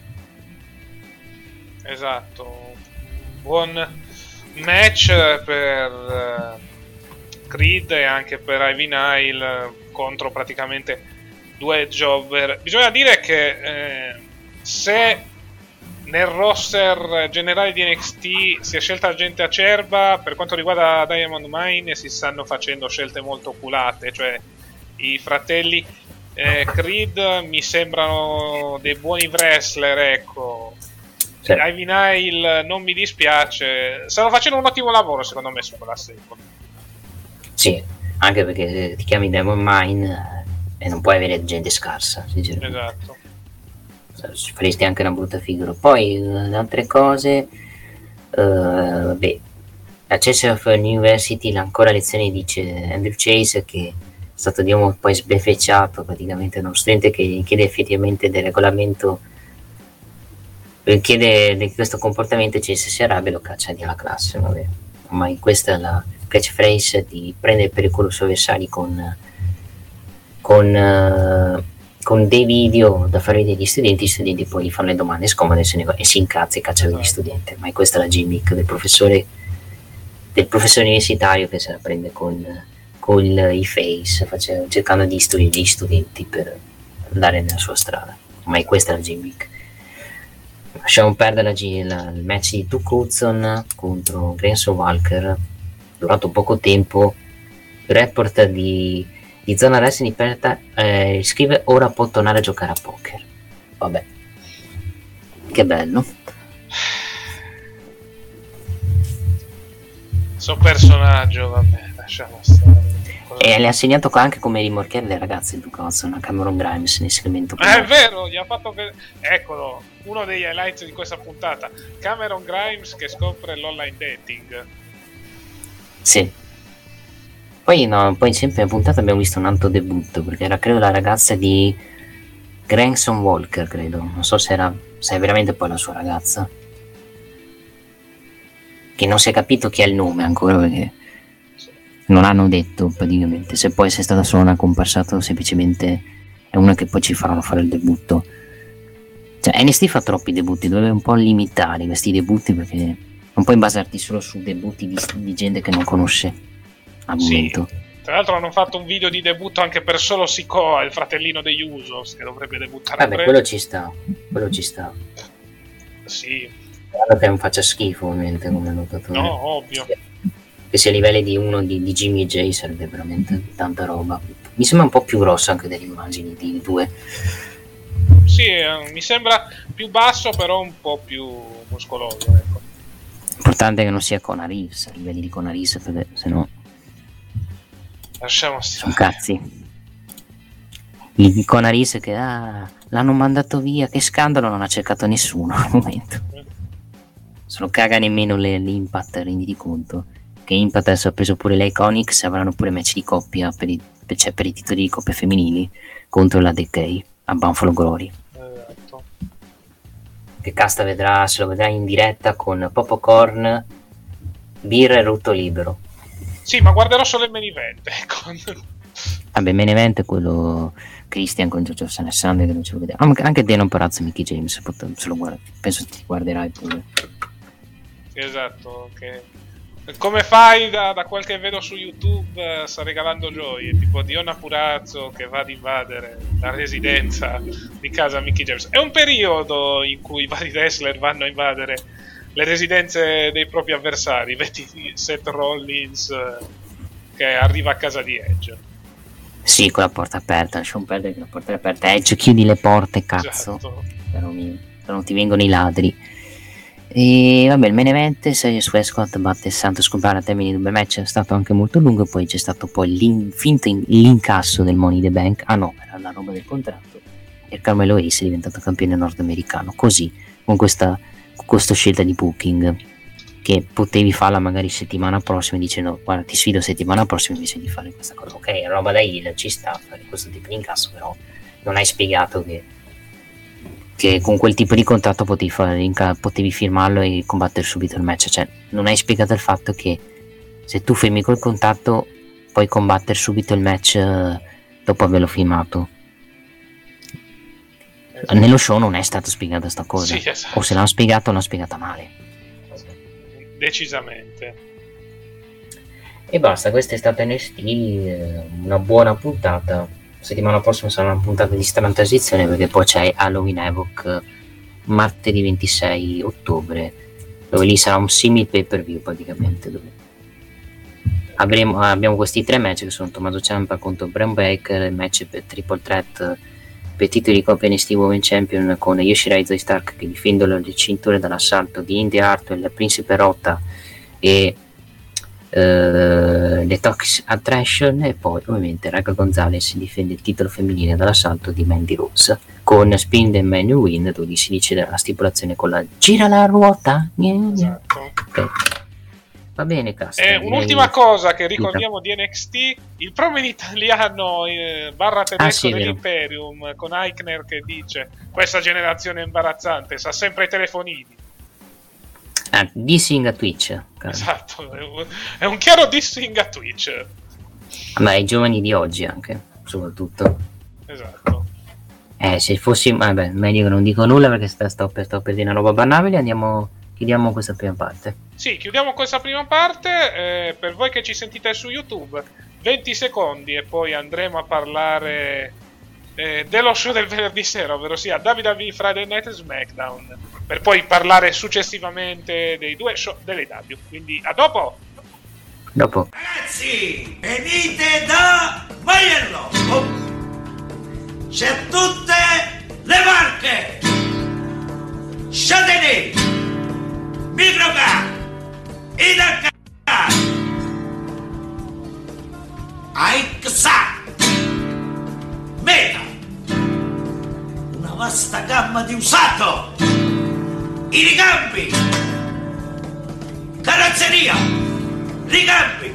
Esatto, buon match per uh, Creed e anche per Ivy Nile uh, contro praticamente due jobber. Bisogna dire che eh, se nel roster generale di N X T si è scelta gente acerba, per quanto riguarda Diamond Mine si stanno facendo scelte molto oculate, cioè i fratelli eh, Creed mi sembrano dei buoni wrestler, ecco. Sì. Ivy Nile non mi dispiace, stanno facendo un ottimo lavoro secondo me su quella stable. Sì, anche perché ti chiami Demon Mine e non puoi avere gente scarsa, sinceramente. Esatto. Faresti anche una brutta figura. Poi uh, altre cose, uh, vabbè, la Chancellor of University, ancora lezioni, dice Andrew Chase, che è stato di nuovo poi sbeffeggiato praticamente da uno studente che chiede effettivamente del regolamento, chiede di questo comportamento. Chase si arrabbia e lo caccia via la classe. Vabbè, ormai questa è la catchphrase di prendere per il culo i suoi avversari con con uh, con dei video da fare vedere agli studenti, gli studenti poi gli fanno le domande scomode e, se ne va, e si incazza e caccia via gli studenti. Ma questa è la gimmick del professore del professore universitario che se la prende con, con il, i face, face, cercando di istruire gli studenti per andare nella sua strada. Ma questa è la gimmick. Lasciamo perdere la, la, il match di Duke Hudson contro Grayson Walker, durato poco tempo. Il report di di Zona Wrestling aperta eh, scrive: ora può tornare a giocare a poker. Vabbè, che bello. Suo personaggio, vabbè, lasciamo stare. E le ha segnato anche come rimorchiare le ragazze il Duke Hudson a Cameron Grimes nel segmento. Ah, è vero, gli ha fatto vedere. Eccolo, uno degli highlights di questa puntata. Cameron Grimes che scopre l'online dating. Sì. Poi, no, poi sempre in puntata abbiamo visto un altro debutto, perché era credo la ragazza di Grayson Walker, credo. Non so se era se è veramente poi la sua ragazza. Che non si è capito chi è il nome ancora, perché non hanno detto praticamente. Se poi se è stata solo una comparsata o semplicemente è una che poi ci faranno fare il debutto. Cioè N X T fa troppi debutti, dovrebbe un po' limitare questi debutti, perché non puoi basarti solo su debutti di, di gente che non conosce. Sì. Tra l'altro hanno fatto un video di debutto anche per Solo Sikoa, il fratellino degli Usos, che dovrebbe debuttare. Vabbè, quello ci sta, quello ci sta. Sì. Guarda che non faccia schifo, ovviamente, come lottatore. No, ovvio. Che se a livelli di uno di, di Jimmy J sarebbe veramente tanta roba. Mi sembra un po' più grosso anche delle immagini di due. Sì, eh, mi sembra più basso, però un po' più muscoloso, ecco. Importante che non sia Conor Reeves, a livelli di Conor Reeves, perché se no lasciamo stare. Sono cazzi. Il Conor Reeves che ah, l'hanno mandato via, che scandalo, non ha cercato nessuno al momento. Se lo caga nemmeno le, l'Impact, renditi conto. Che Impact adesso ha preso pure le Iconics, avranno pure match di coppia per i, per, cioè per i titoli di coppie femminili contro la Decay a Buffalo Glory. Esatto. Che Casta vedrà, se lo vedrà in diretta con Popcorn, birra e rutto libero. Sì, ma guarderò solo il main event. Ecco. Vabbè, main event è quello Christian contro Joseph Alexander, che non ce lo vediamo. Anche, anche Denon Parazzo e Mickey James, se lo guarda, penso ti guarderai pure. Esatto, che come fai da, da quel che vedo su YouTube, uh, sta regalando gioie, tipo Diona Purazzo che va ad invadere la residenza di casa Mickey James. È un periodo in cui i vari wrestler vanno a invadere le residenze dei propri avversari. Vedi Seth Rollins uh, che arriva a casa di Edge. Sì, con la porta aperta, lasciamo perdere che la porta è aperta. Edge, chiudi le porte, cazzo. Esatto. Però mi, però non ti vengono i ladri. E vabbè, il main event, Suez Scott batte Santos Escobar a termini di due match, è stato anche molto lungo. Poi c'è stato poi l'in, finto in, l'incasso del Money the Bank. Ah no, era la roba del contratto. E Carmelo Ace è diventato campione nordamericano. Così, con questa, con questa scelta di booking, che potevi farla magari settimana prossima dicendo guarda ti sfido settimana prossima invece di fare questa cosa. Ok, è roba da heel, ci sta a fare questo tipo di incasso, però non hai spiegato che che con quel tipo di contratto potevi, fare, potevi firmarlo e combattere subito il match. Cioè non hai spiegato il fatto che se tu firmi quel contratto puoi combattere subito il match uh, dopo averlo firmato. Esatto. Nello show non è stata spiegata sta cosa, sì, esatto. O se l'hanno spiegata l'hanno spiegata male, decisamente. e basta. Questa è stata N X T, una buona puntata. Settimana prossima sarà una puntata di strana transizione, perché poi c'è Halloween Havoc martedì ventisei ottobre, dove lì sarà un simile pay per view praticamente, dove avremo, abbiamo questi tre match che sono Tommaso Ciampa contro Bram Baker, il match per Triple Threat per titoli di coppia N X T Women Champion con Yoshirai Zoe Stark che difendono le cinture dall'assalto di Indy Hartwell, il Principe Rotta e uh, le Toxic Attraction, e poi ovviamente Raga Gonzalez difende il titolo femminile dall'assalto di Mandy Rose con Spin the Man You Win, dove si dice la stipulazione con la gira la ruota. Esatto. Okay. Va bene, Castro. E un'ultima cosa che ricordiamo di N X T, il promo in italiano eh, barra tedesco ah, sì, dell'Imperium con Eichner che dice questa generazione è imbarazzante, sa sempre ai telefonini. Ah, dissing a Twitch. Cara. Esatto, è un chiaro dissing a Twitch. Ma ai giovani di oggi anche, soprattutto. Esatto. Eh, se fossi... Vabbè, meglio che non dico nulla perché sto, sto per, sto per dire una roba banale, andiamo... Chiudiamo questa prima parte. Sì, chiudiamo questa prima parte. Eh, per voi che ci sentite su YouTube, venti secondi e poi andremo a parlare eh, dello show del venerdì sera, ovvero sia W W E Friday Night SmackDown, per poi parlare successivamente dei due show delle W. Quindi a dopo. Dopo. Ragazzi, venite da Maiello. Oh. C'è tutte le marche. Châtenay, Microcar, Idacar, Aixa, Meta, una vasta gamma di usato, i ricambi, carrozzeria, ricambi.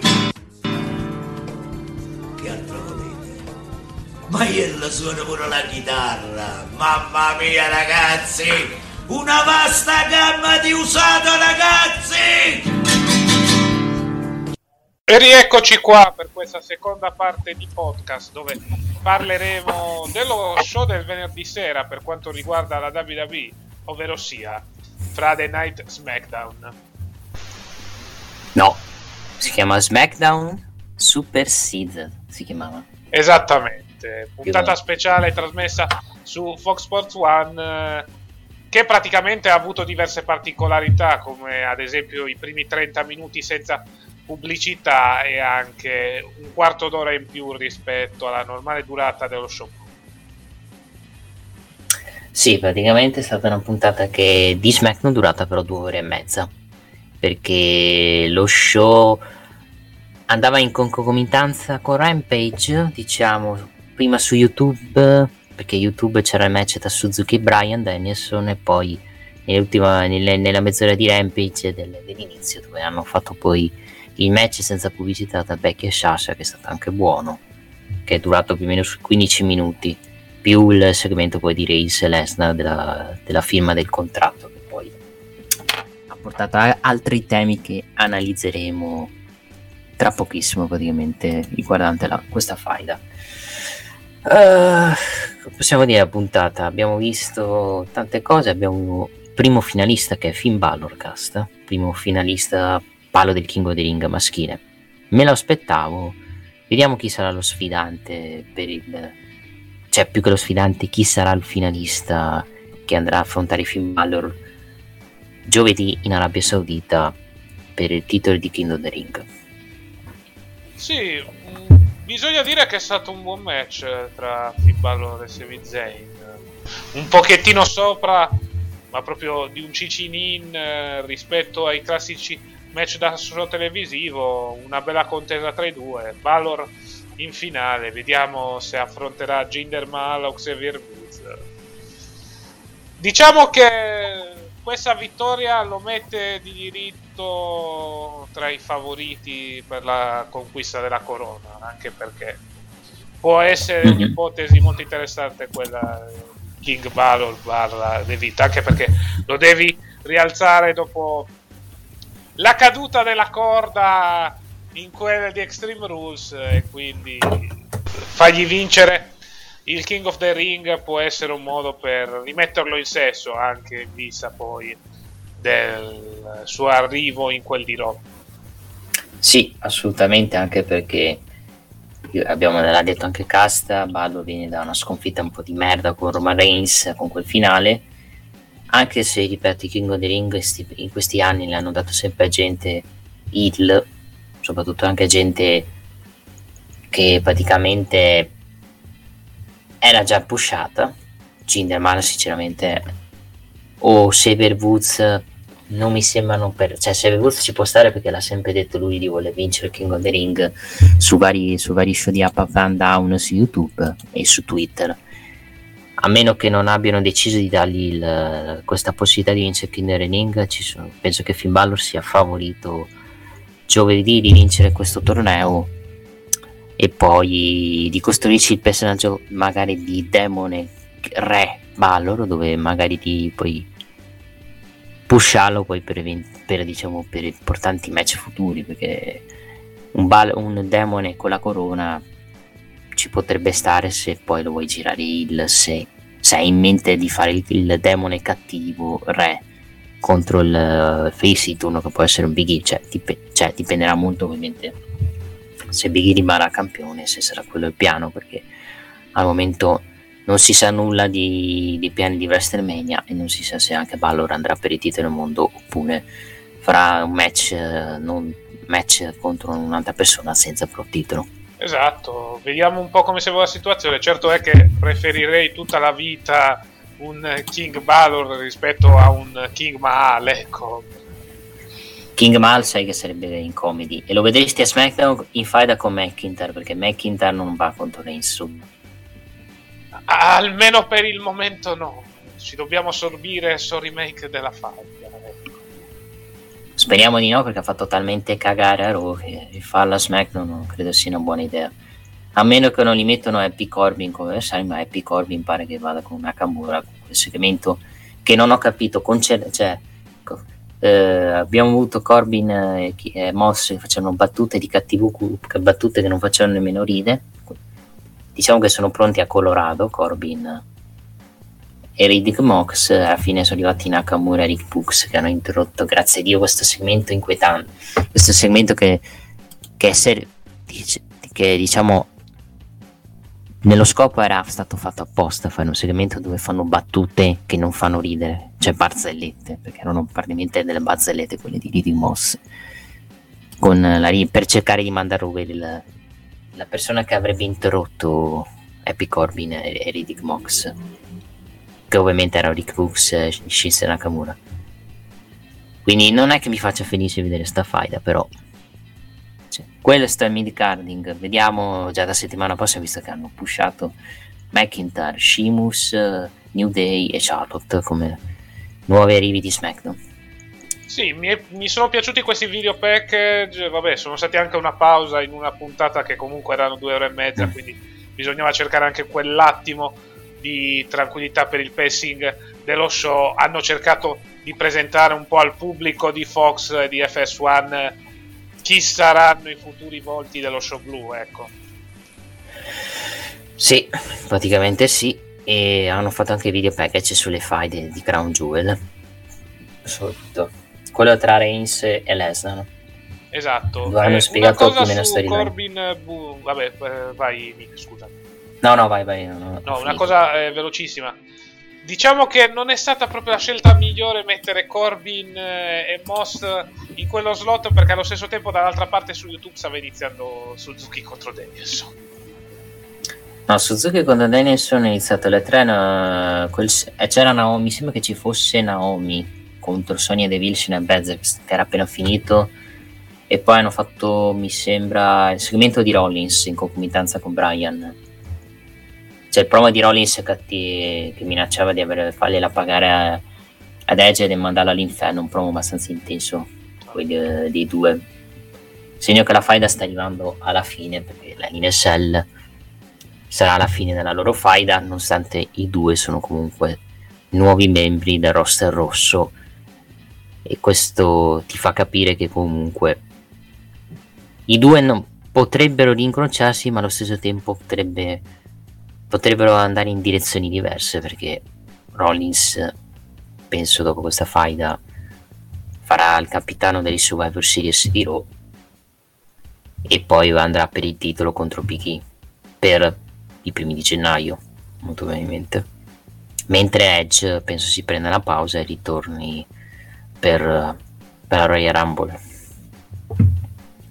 Che altro volete? Maiello suona pure la chitarra, mamma mia ragazzi! Una vasta gamma di usato, ragazzi! E rieccoci qua per questa seconda parte di podcast dove parleremo dello show del venerdì sera per quanto riguarda la W W E, ovvero sia Friday Night SmackDown. No, si chiama SmackDown Super Seed, si chiamava. Esattamente, puntata speciale trasmessa su Fox Sports One, che praticamente ha avuto diverse particolarità, come ad esempio i primi trenta minuti senza pubblicità e anche un quarto d'ora in più rispetto alla normale durata dello show. Sì, praticamente è stata una puntata che di SmackDown durata però due ore e mezza, perché lo show andava in concomitanza con Rampage, diciamo, prima su YouTube, perché YouTube c'era il match tra Suzuki e Bryan Danielson, e poi nell'ultima, nelle, nella mezz'ora di Rampage del, dell'inizio, dove hanno fatto poi il match senza pubblicità tra Becky e Sasha, che è stato anche buono, che è durato più o meno su quindici minuti, più il segmento poi di Reigns e Lesnar della, della firma del contratto, che poi ha portato a altri temi che analizzeremo tra pochissimo, praticamente riguardante la, questa faida. Uh, possiamo dire la puntata, abbiamo visto tante cose, abbiamo il primo finalista che è Finn Balor, cast, primo finalista palo del King of the Ring maschile. Me lo aspettavo, vediamo chi sarà lo sfidante per il, cioè più che lo sfidante, chi sarà il finalista che andrà a affrontare Finn Balor giovedì in Arabia Saudita per il titolo di King of the Ring. Sì, mh, bisogna dire che è stato un buon match tra Finn Balor e Sami Zayn, un pochettino sopra, ma proprio di un cicinin eh, rispetto ai classici match da show televisivo. Una bella contesa tra i due. Balor in finale, vediamo se affronterà Jinder Mahal o Xavier Woods. Diciamo che questa vittoria lo mette di diritto tra i favoriti per la conquista della corona, anche perché può essere Mm-hmm. un'ipotesi molto interessante quella King Balor barra De Vita, anche perché lo devi rialzare dopo la caduta della corda in quella di Extreme Rules, e quindi fargli vincere il King of the Ring può essere un modo per rimetterlo in sesso, anche in vista poi del suo arrivo in quel di Raw. Sì, assolutamente, anche perché abbiamo l'ha detto anche Casta, Balor viene da una sconfitta un po' di merda con Roman Reigns, con quel finale, anche se, ripeto, i King of the Ring in questi anni le hanno dato sempre a gente heel, soprattutto anche gente che praticamente era già pushata. Jinder Mahal sinceramente o Xavier Woods non mi sembrano per, cioè Xavier Woods ci può stare perché l'ha sempre detto lui di voler vincere il King of the Ring su vari, su vari show di Up Up and Down su YouTube e su Twitter, a meno che non abbiano deciso di dargli il, questa possibilità di vincere il King of the Ring. Ci sono, penso che Finn Balor sia favorito giovedì di vincere questo torneo e poi di costruirci il personaggio magari di demone re Balor, dove magari di poi pusharlo poi per, eventi, per diciamo per importanti match futuri, perché un, bal- un demone con la corona ci potrebbe stare se poi lo vuoi girare il se, se hai in mente di fare il, il demone cattivo re contro il uh, face di turno che può essere un Big E, cioè, dip- cioè dipenderà molto ovviamente se Big E rimarrà campione, se sarà quello il piano, perché al momento non si sa nulla di, di piani di WrestleMania e non si sa se anche Balor andrà per il titolo del mondo oppure farà un match, uh, non, match contro un'altra persona senza pro titolo. Esatto, vediamo un po' come si evolve la situazione. Certo è che preferirei tutta la vita un King Balor rispetto a un King Mahal, ecco. King Mahal sai che sarebbe in comedy e lo vedresti a SmackDown in faida con McIntyre, perché McIntyre non va contro Reigns. Almeno per il momento no, ci dobbiamo assorbire il remake della faida, ecco. Speriamo di no, perché ha fatto talmente cagare a Raw che farla a SmackDown non credo sia una buona idea, a meno che non li mettono Happy Corbin come avversario, ma Happy Corbin pare che vada con Nakamura, con quel segmento che non ho capito, concer- cioè eh, abbiamo avuto Corbin e eh, Moss che facevano battute di cattivo culo, battute che non facevano nemmeno ride. Diciamo che sono pronti a Colorado Corbin e Riddick Mox. Alla fine sono arrivati Nakamura e Rick Books che hanno interrotto, grazie a Dio, questo segmento inquietante, questo segmento che che, ser- che diciamo nello scopo era stato fatto apposta, fare un segmento dove fanno battute che non fanno ridere, cioè barzellette, perché erano praticamente delle barzellette quelle di Riddick Moss, con la, per cercare di mandare over il, la persona che avrebbe interrotto Happy Corbin e, e Riddick Mox, che ovviamente era Rick Books e Shinsuke Nakamura. Quindi non è che mi faccia felice vedere sta faida, però cioè, quello sta il mid-carding. Vediamo già da settimana prossima, visto che hanno pushato McIntyre, Sheamus, New Day e Charlotte come nuovi arrivi di SmackDown. Sì, mi, è, mi sono piaciuti questi video package. Vabbè, sono stati anche una pausa in una puntata che comunque erano due ore e mezza, mm. quindi bisognava cercare anche quell'attimo di tranquillità per il pacing dello show. Hanno cercato di presentare un po' al pubblico di Fox e di F S uno chi saranno i futuri volti dello show blu, ecco. Sì, praticamente sì. E hanno fatto anche video package sulle faide di Crown Jewel, soprattutto quello tra Reigns e Lesnar. Esatto. Dove hanno eh, spiegato una cosa più su storyline. Corbin bu- vabbè, eh, vai Nick, scusa. No, no, vai, vai. No, no, no una cosa eh, velocissima. Diciamo che non è stata proprio la scelta migliore mettere Corbin eh, e Moss in quello slot, perché allo stesso tempo dall'altra parte su YouTube stava iniziando Suzuki contro Danielson. No, Suzuki contro Danielson è iniziato alle tre. No, quel, eh, c'era Naomi, mi sembra che ci fosse Naomi contro Sonya Deville e Brazzer, che era appena finito. E poi hanno fatto, mi sembra, il segmento di Rollins in concomitanza con Bryan. Cioè il promo di Rollins che, ti, che minacciava di avere, fargliela pagare a, ad Edge e mandarla all'inferno, un promo abbastanza intenso quelli dei due. Segno che la faida sta arrivando alla fine, perché la N S L sarà la fine della loro faida, nonostante i due sono comunque nuovi membri del roster rosso, e questo ti fa capire che comunque i due non potrebbero rincrociarsi, ma allo stesso tempo potrebbe, potrebbero andare in direzioni diverse, perché Rollins, penso dopo questa faida, farà il capitano delle Survivor Series di Raw e poi andrà per il titolo contro Big E per i primi di gennaio, molto probabilmente, mentre Edge penso si prenda la pausa e ritorni per, per la Royal Rumble.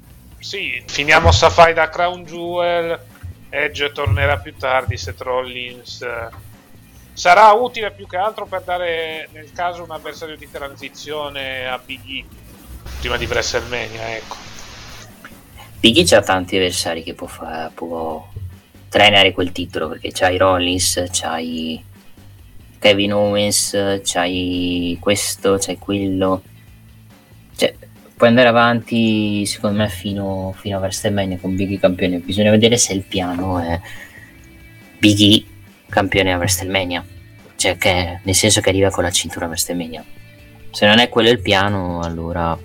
sì, finiamo sta fight da Crown Jewel, Edge tornerà più tardi, Seth Rollins eh, sarà utile più che altro per dare nel caso un avversario di transizione a Big E prima di WrestleMania, ecco. Big E c'ha tanti avversari che può, fa- può trainare quel titolo, perché c'hai Rollins, c'hai Kevin Owens, c'hai questo, c'hai quello, cioè puoi andare avanti secondo me fino, fino a WrestleMania con Big E campione. Bisogna vedere se il piano è Big E campione a WrestleMania, cioè che nel senso che arriva con la cintura a WrestleMania. Se non è quello il piano, allora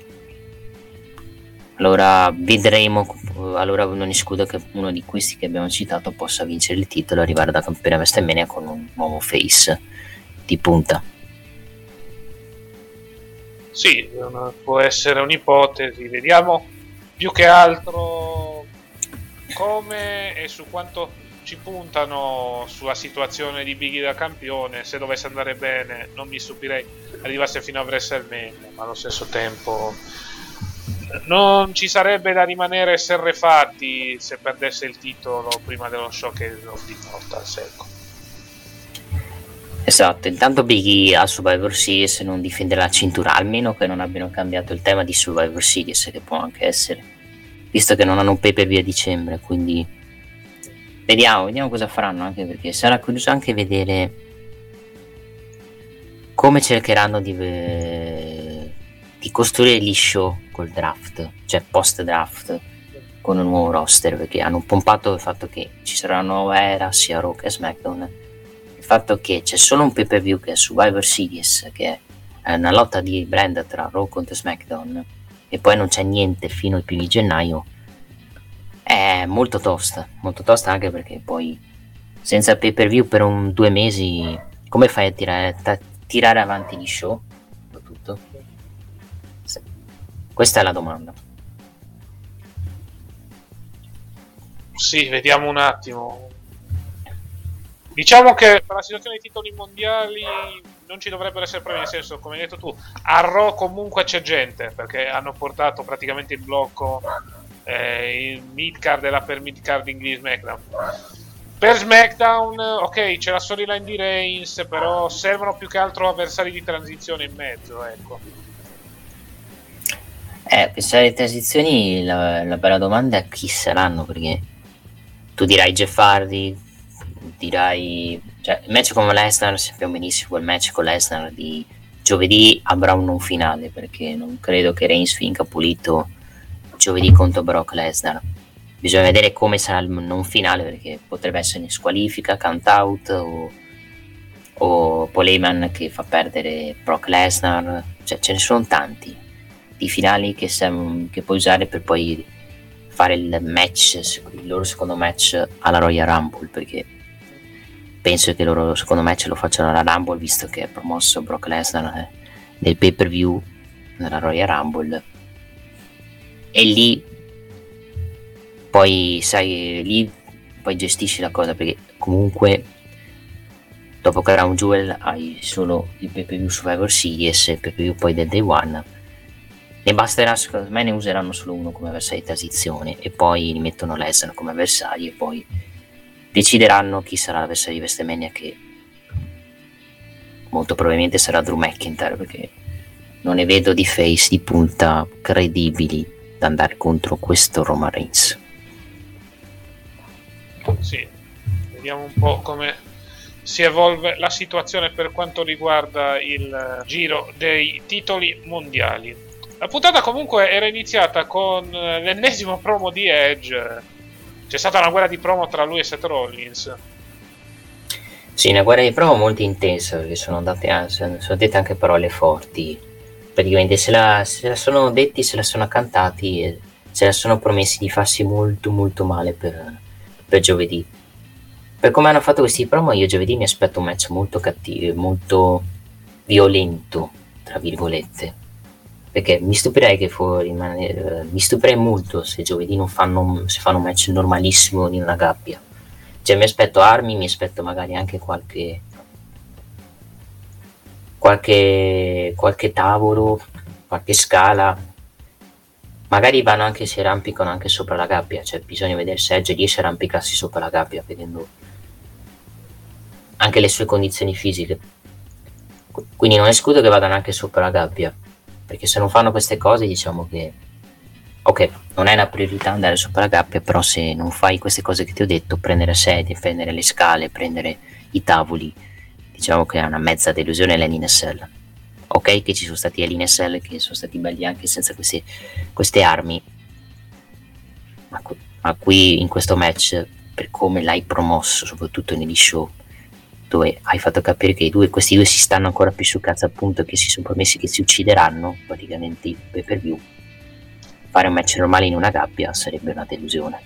allora vedremo, allora non escludo che uno di questi che abbiamo citato possa vincere il titolo e arrivare da campione a WrestleMania con un nuovo face di punta. Sì, può essere un'ipotesi. Vediamo più che altro come e su quanto ci puntano sulla situazione di Big E da campione. Se dovesse andare bene non mi stupirei arrivasse fino a WrestleMania, ma allo stesso tempo non ci sarebbe da rimanere serrefatti se perdesse il titolo prima dello Showcase of the Immortals, ecco. Esatto, intanto Big E a Survivor Series non difende la cintura, almeno che non abbiano cambiato il tema di Survivor Series, che può anche essere, visto che non hanno un pay per view a dicembre, quindi vediamo, vediamo cosa faranno, anche perché sarà curioso anche vedere come cercheranno di, di costruire gli show col draft, cioè post draft con un nuovo roster, perché hanno pompato il fatto che ci sarà una nuova era sia Raw che SmackDown. Il fatto che c'è solo un pay per view che è Survivor Series, che è una lotta di brand tra Raw contro SmackDown, e poi non c'è niente fino al primo di gennaio, è molto tosta, molto tosta, anche perché poi senza pay per view per un due mesi come fai a tirare, a tirare avanti gli show? Tutto? Sì. Questa è la domanda. Sì, vediamo un attimo. Diciamo che per la situazione dei titoli mondiali non ci dovrebbero essere problemi, nel senso, come hai detto tu, a Raw comunque c'è gente, perché hanno portato praticamente il blocco eh, il mid-card e la per mid-card inglese SmackDown. Per SmackDown, ok, c'è la storyline di Reigns, però servono più che altro avversari di transizione in mezzo, ecco. Eh, pensare alle transizioni, la, la bella domanda è chi saranno, perché tu dirai Jeff Hardy, dirai, cioè il match con Lesnar, sappiamo benissimo quel match con Lesnar di giovedì avrà un non finale, perché non credo che Reigns finca pulito giovedì contro Brock Lesnar. Bisogna vedere come sarà il non finale, perché potrebbe essere squalifica, count out o, o Paul Heyman che fa perdere Brock Lesnar, cioè ce ne sono tanti di finali che, sem- che puoi usare per poi fare il match, il loro secondo match alla Royal Rumble, perché penso che il loro secondo match lo facciano alla Rumble, visto che è promosso Brock Lesnar nel pay per view nella Royal Rumble, e lì poi sai, lì poi gestisci la cosa, perché comunque dopo Crown Jewel hai solo il pay per view Survivor Series e il pay per view poi del Day One. Ne basterà, secondo me ne useranno solo uno come avversario di transizione e poi li mettono Lesnar come avversario e poi decideranno chi sarà l'avversario di WrestleMania, che molto probabilmente sarà Drew McIntyre, perché non ne vedo di face di punta credibili da andare contro questo Roman Reigns. Sì, vediamo un po' come si evolve la situazione per quanto riguarda il giro dei titoli mondiali. La puntata comunque era iniziata con l'ennesimo promo di Edge. C'è stata una guerra di promo tra lui e Seth Rollins. Sì, una guerra di promo molto intensa, perché sono andate sono dette anche parole forti. Praticamente se la, se la sono detti, se la sono cantati e se la sono promessi di farsi molto molto male per, per giovedì. Per come hanno fatto questi promo, io giovedì mi aspetto un match molto cattivo, molto violento, tra virgolette. Perché mi stupirei che fuori rimanere, mi stupirei molto se giovedì non fanno, se fanno un match normalissimo in una gabbia. Cioè mi aspetto armi, mi aspetto magari anche qualche qualche qualche tavolo, qualche scala, magari vanno anche, si arrampicano anche sopra la gabbia, cioè bisogna vedere se Edge riesce a arrampicarsi sopra la gabbia, vedendo anche le sue condizioni fisiche. Quindi non escludo che vadano anche sopra la gabbia, perché se non fanno queste cose diciamo che ok, non è una priorità andare sopra la gabbia, però se non fai queste cose che ti ho detto, prendere sedie, prendere le scale, prendere i tavoli, diciamo che è una mezza delusione l'Hell in a Cell. Ok che ci sono stati Hell in a Cell che sono stati belli anche senza queste, queste armi, ma, ma qui in questo match, per come l'hai promosso, soprattutto negli show, dove hai fatto capire che i due, questi due si stanno ancora più sul cazzo, appunto, che si sono promessi che si uccideranno praticamente il pay per view, fare un match normale in una gabbia sarebbe una delusione.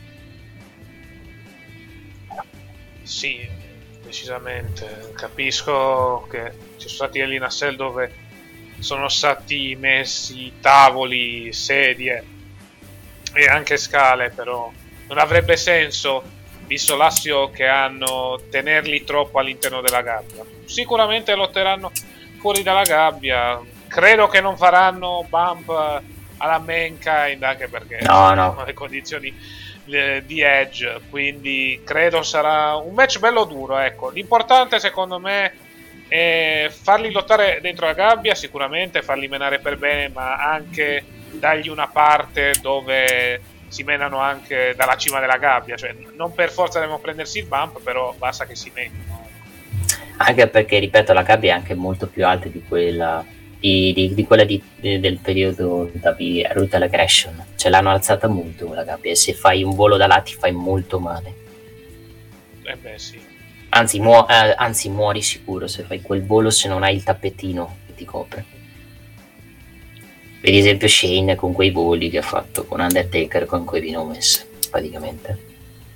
Sì, decisamente. Capisco che ci sono stati Hell in a Cell dove sono stati messi tavoli, sedie e anche scale, però non avrebbe senso, visto l'assio che hanno, tenerli troppo all'interno della gabbia. Sicuramente lotteranno fuori dalla gabbia, credo che non faranno bump alla Mankind, anche perché no, no. le condizioni eh, di Edge, quindi credo sarà un match bello duro, ecco. L'importante secondo me è farli lottare dentro la gabbia, sicuramente farli menare per bene, ma anche dargli una parte dove si menano anche dalla cima della gabbia, cioè non per forza devono prendersi il bump, però basta che si menino. Anche perché, ripeto, la gabbia è anche molto più alta di quella di, di, di quella di, di, del periodo di Brutal Aggression, cioè l'hanno alzata molto la gabbia, e se fai un volo da là ti fai molto male. Eh beh sì. Anzi, muo- eh, anzi muori sicuro se fai quel volo, se non hai il tappetino che ti copre. Per esempio Shane con quei voli che ha fatto con Undertaker, con Kevin Owens, praticamente.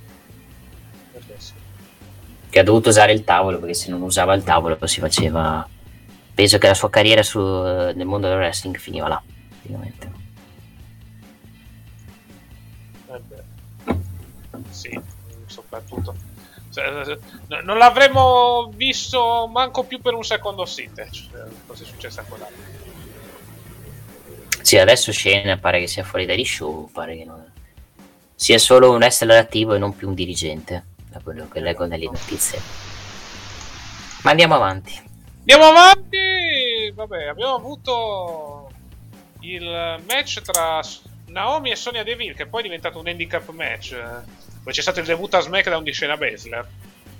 Che ha dovuto usare il tavolo, perché se non usava il tavolo si faceva... Penso che la sua carriera su, nel mondo del wrestling finiva là, praticamente. Eh beh. Sì, soprattutto. Non l'avremmo visto manco più per un secondo sit, cioè, cosa è successo a quell'altro. Sì, adesso Shane pare che sia fuori dagli show, pare che non sia solo un wrestler attivo e non più un dirigente, da quello che leggo nelle notizie. Ma andiamo avanti. Andiamo avanti! Vabbè, abbiamo avuto il match tra Naomi e Sonya Deville, che poi è diventato un handicap match. Poi c'è stato il debutto a SmackDown di Shayna Baszler.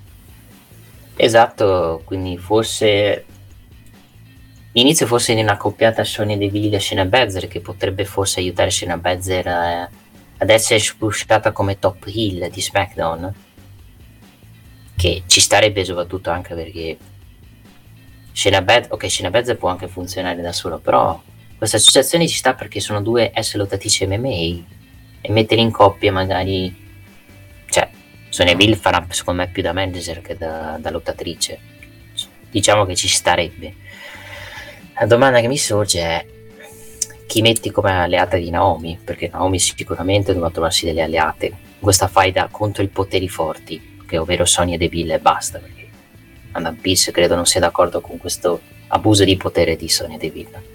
Esatto, quindi forse l'inizio forse di una accoppiata Sonya Deville e Shayna Baszler, che potrebbe forse aiutare Shayna Baszler eh, ad essere pushata come top heel di SmackDown, che ci starebbe soprattutto anche perché Shayna Baszler, ok, Shayna Baszler può anche funzionare da sola, però questa associazione ci sta perché sono due ex lottatrici M M A, e metterli in coppia magari, cioè Sonya Deville farà secondo me più da manager che da, da lottatrice, diciamo che ci starebbe. La domanda che mi sorge è chi metti come alleata di Naomi, perché Naomi sicuramente dovrà trovarsi delle alleate in questa faida contro i poteri forti, che ovvero Sonya Deville, e basta, perché Adam Pearce credo non sia d'accordo con questo abuso di potere di Sonya Deville.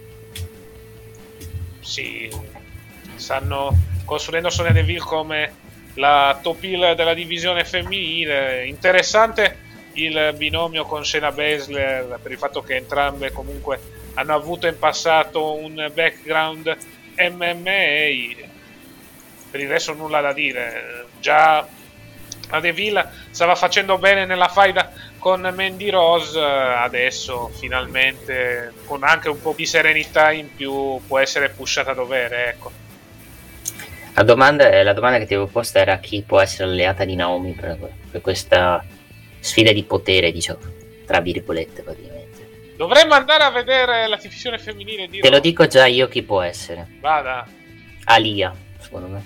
Sì, stanno costruendo Sonya Deville come la top heel della divisione femminile. Interessante il binomio con Shayna Baszler, per il fatto che entrambe comunque hanno avuto in passato un background M M A. Per il resto nulla da dire. Già la Deville stava facendo bene nella faida con Mandy Rose, adesso finalmente con anche un po' di serenità in più può essere pushata a dovere, ecco. La domanda, la domanda che ti avevo posto era chi può essere alleata di Naomi per, per questa sfida di potere, diciamo, tra virgolette, praticamente. Dovremmo andare a vedere la divisione femminile di Te lo dico già io chi può essere. Vada. Alia, secondo me.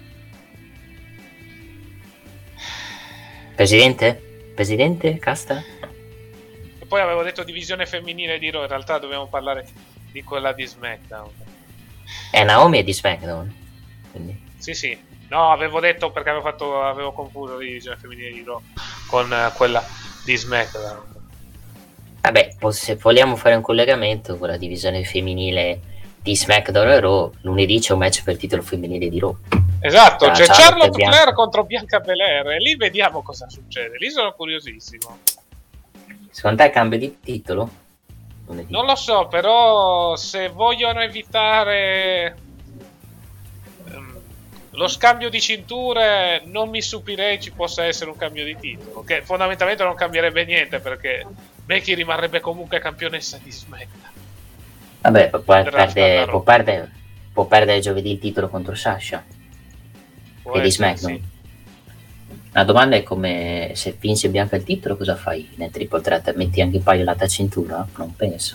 Presidente? Presidente? Casta? E poi avevo detto divisione femminile di Raw, in realtà dobbiamo parlare di quella di SmackDown. Eh, Naomi è di SmackDown. Quindi. Sì, sì. No, avevo detto perché avevo fatto avevo confuso la divisione femminile di Raw con uh, quella di SmackDown. Vabbè, se vogliamo fare un collegamento con la divisione femminile di SmackDown e Raw, lunedì c'è un match per il titolo femminile di Raw. Esatto, Tra c'è Charlotte Charlotte e Flair Bianca. contro Bianca Belair e lì vediamo cosa succede. Lì sono curiosissimo. Secondo te cambio di titolo? Lunedì. Non lo so, però se vogliono evitare ehm, lo scambio di cinture, non mi stupirei ci possa essere un cambio di titolo, che fondamentalmente non cambierebbe niente perché Becky rimarrebbe comunque campionessa di SmackDown. Vabbè, può, Verrà perde, stata può, roba. perdere, può perdere giovedì il titolo contro Sasha Può e di essere, SmackDown. sì. La domanda è come se vince Bianca il titolo cosa fai nel triple threat? Metti anche in paio la cintura? Non penso.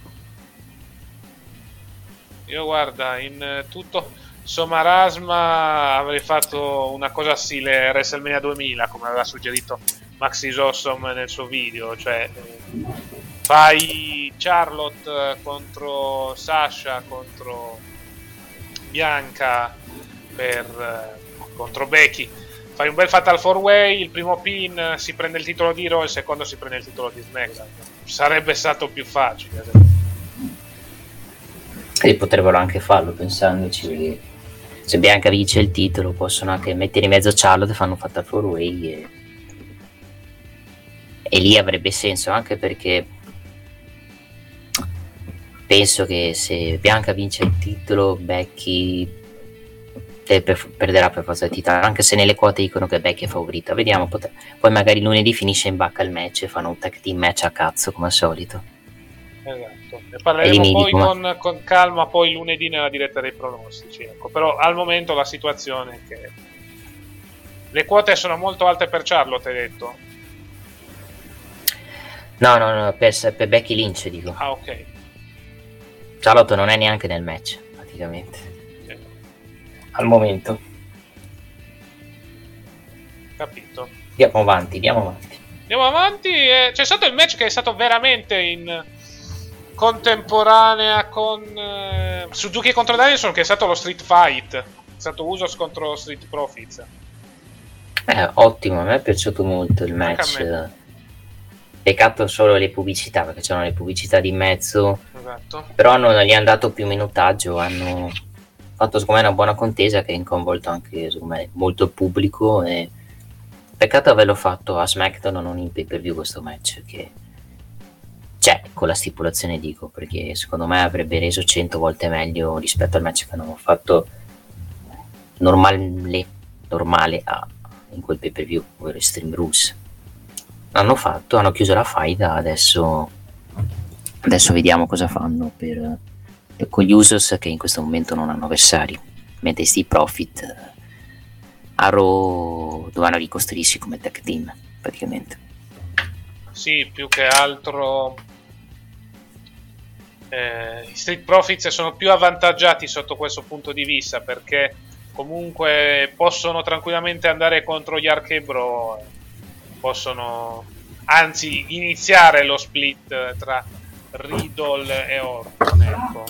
Io guarda, in eh, tutto Somarasma avrei fatto una cosa stile WrestleMania duemila, come aveva suggerito Maxis Awesome nel suo video, cioè eh, fai Charlotte eh, contro Sasha contro Bianca per eh, contro Becky, fai un bel Fatal four way, il primo pin eh, si prende il titolo di Raw, il secondo si prende il titolo di SmackDown. Sarebbe stato più facile. E potrebbero anche farlo pensandoci. Se Bianca vince il titolo possono anche mettere in mezzo Charlotte e fanno un fatta four way e... e lì avrebbe senso, anche perché penso che se Bianca vince il titolo Becky per, perderà per forza il titolo, anche se nelle quote dicono che Becky è favorita. Vediamo, pot- poi magari lunedì finisce in bacca il match e fanno un tag team match a cazzo come al solito. Esatto, ne parleremo E lì mi poi dico, con, con calma poi lunedì nella diretta dei pronostici, ecco. Però al momento la situazione è che le quote sono molto alte per Charlotte, hai detto? no no no per, per Becky Lynch dico. Ah, ok. Charlotte non è neanche nel match praticamente Ok, al momento. capito. Andiamo avanti, andiamo avanti. Andiamo avanti. eh, C'è stato il match che è stato veramente in contemporanea con eh, Suzuki contro Danielson, che è stato lo Street Fight. È stato Usos contro Street Profits. Eh, ottimo, a me è piaciuto molto il Anche a match. Peccato solo le pubblicità, perché c'erano le pubblicità di mezzo, Esatto. però non gli hanno dato più minutaggio, hanno fatto secondo me una buona contesa che ha coinvolto anche secondo me molto il pubblico, e peccato averlo fatto a SmackDown e non in pay per view questo match, che c'è con la stipulazione dico, perché secondo me avrebbe reso cento volte meglio rispetto al match che hanno fatto normale, normale a, in quel pay per view, ovvero Extreme Rules. Hanno fatto, hanno chiuso la faida, adesso adesso vediamo cosa fanno per, per con gli Usos che in questo momento non hanno avversari, mentre sti Profit eh, a Raw dovranno ricostruirsi come tag team praticamente. Sì, più che altro eh, i Street Profits sono più avvantaggiati sotto questo punto di vista, perché comunque possono tranquillamente andare contro gli Arche Bro, possono anzi iniziare lo split tra Riddle e Orton, ecco.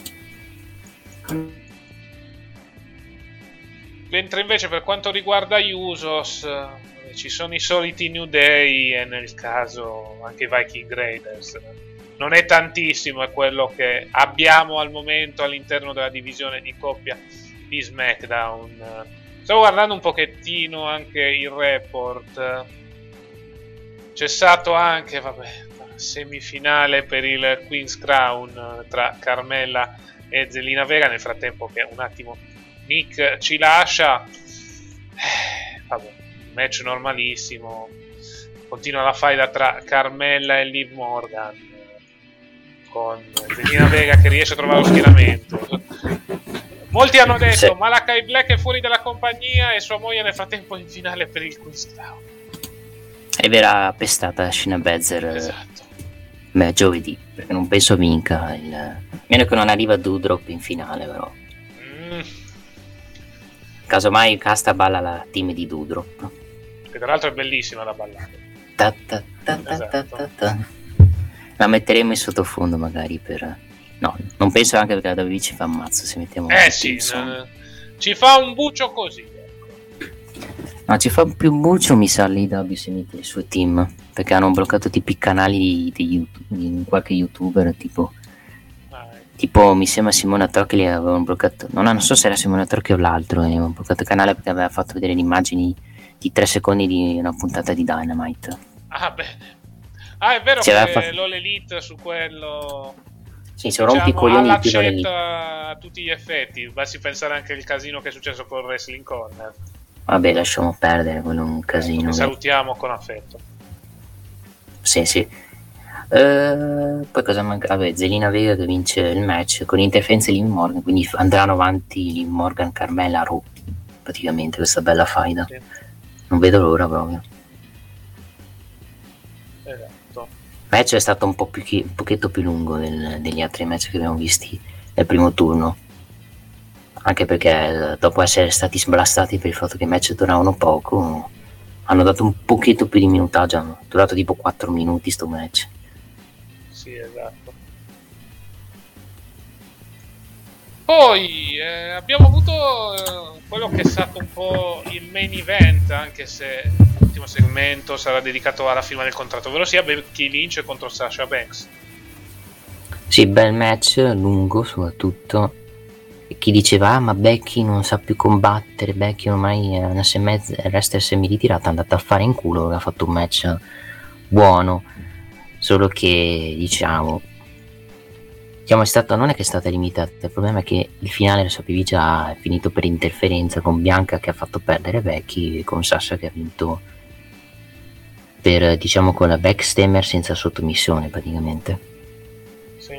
Mentre invece per quanto riguarda gli Usos eh, ci sono i soliti New Day e nel caso anche i Viking Raiders. Non è tantissimo, è quello che abbiamo al momento all'interno della divisione di coppia di SmackDown. Stavo guardando un pochettino anche il report. C'è stato anche, vabbè, semifinale per il Queen's Crown tra Carmella e Zelina Vega. Nel frattempo che un attimo Nick ci lascia, eh, vabbè, match normalissimo. Continua la faida tra Carmella e Liv Morgan, con Zelina Vega che riesce a trovare lo schieramento. Molti hanno detto Sì. Malakai Black è fuori dalla compagnia e sua moglie nel frattempo in finale per il Queen's Crown. E verrà pestata Shayna Baszler eh, Esatto. beh, giovedì, perché non penso vinca il... a meno che non arriva Doudrop in finale, però Mm, casomai Casta balla la team di Doudrop. che tra l'altro è bellissima da ballare. Ta ta ta ta ta Esatto. ta ta. La metteremo in sottofondo magari per... no, non penso, anche perché la W W E ci fa ammazzo se mettiamo Eh tutti sì, insieme. n- ci fa un bucio così. No, ci fa più buccio mi sa l'I W se mette il suo team, perché hanno bloccato tipo i canali di, di YouTube, di qualche youtuber tipo Dai. tipo mi sembra Simona Trocchi li avevano bloccato, no, non so se era Simona Trocchi o l'altro, e avevano bloccato il canale perché aveva fatto vedere le immagini di tre secondi di una puntata di Dynamite. Ah bene. Ah, è vero Sì, che fatto... l'All Elite su quello... Sì, se rompi i coglioni di più l'All Elite. A tutti gli effetti, basti pensare anche al casino che è successo con Wrestling Corner. Vabbè, lasciamo perdere, quello è un casino. Che salutiamo con affetto. Sì, sì. Uh, poi cosa manca? Vabbè, Zelina Vega che vince il match con interferenze Liv Morgan, quindi andranno avanti Liv Morgan, Carmella, Raw, praticamente questa bella faida. Sì. Non vedo l'ora proprio. Esatto. Il match è stato un po' più chi, un pochetto più lungo del, degli altri match che abbiamo visti nel primo turno, anche perché dopo essere stati sblastati per il fatto che i match duravano poco, hanno dato un pochetto più di minutaggio, hanno durato tipo quattro minuti sto match. Sì, esatto. Poi eh, abbiamo avuto eh, quello che è stato un po' il main event, anche se l'ultimo segmento sarà dedicato alla firma del contratto, ovvero sia Becky Lynch contro Sasha Banks. Sì, bel match, lungo soprattutto. E chi diceva, ah ma Becky non sa più combattere, Becky ormai è una semezza, resta semi-ritirata, è andata a fare in culo, ha fatto un match buono. Solo che diciamo diciamo è stato, non è che è stata limitata, il problema è che il finale lo sapevi già, è finito per interferenza con Bianca che ha fatto perdere Becky e con Sasha che ha vinto per, diciamo, con la backstabber senza sottomissione praticamente. Sì.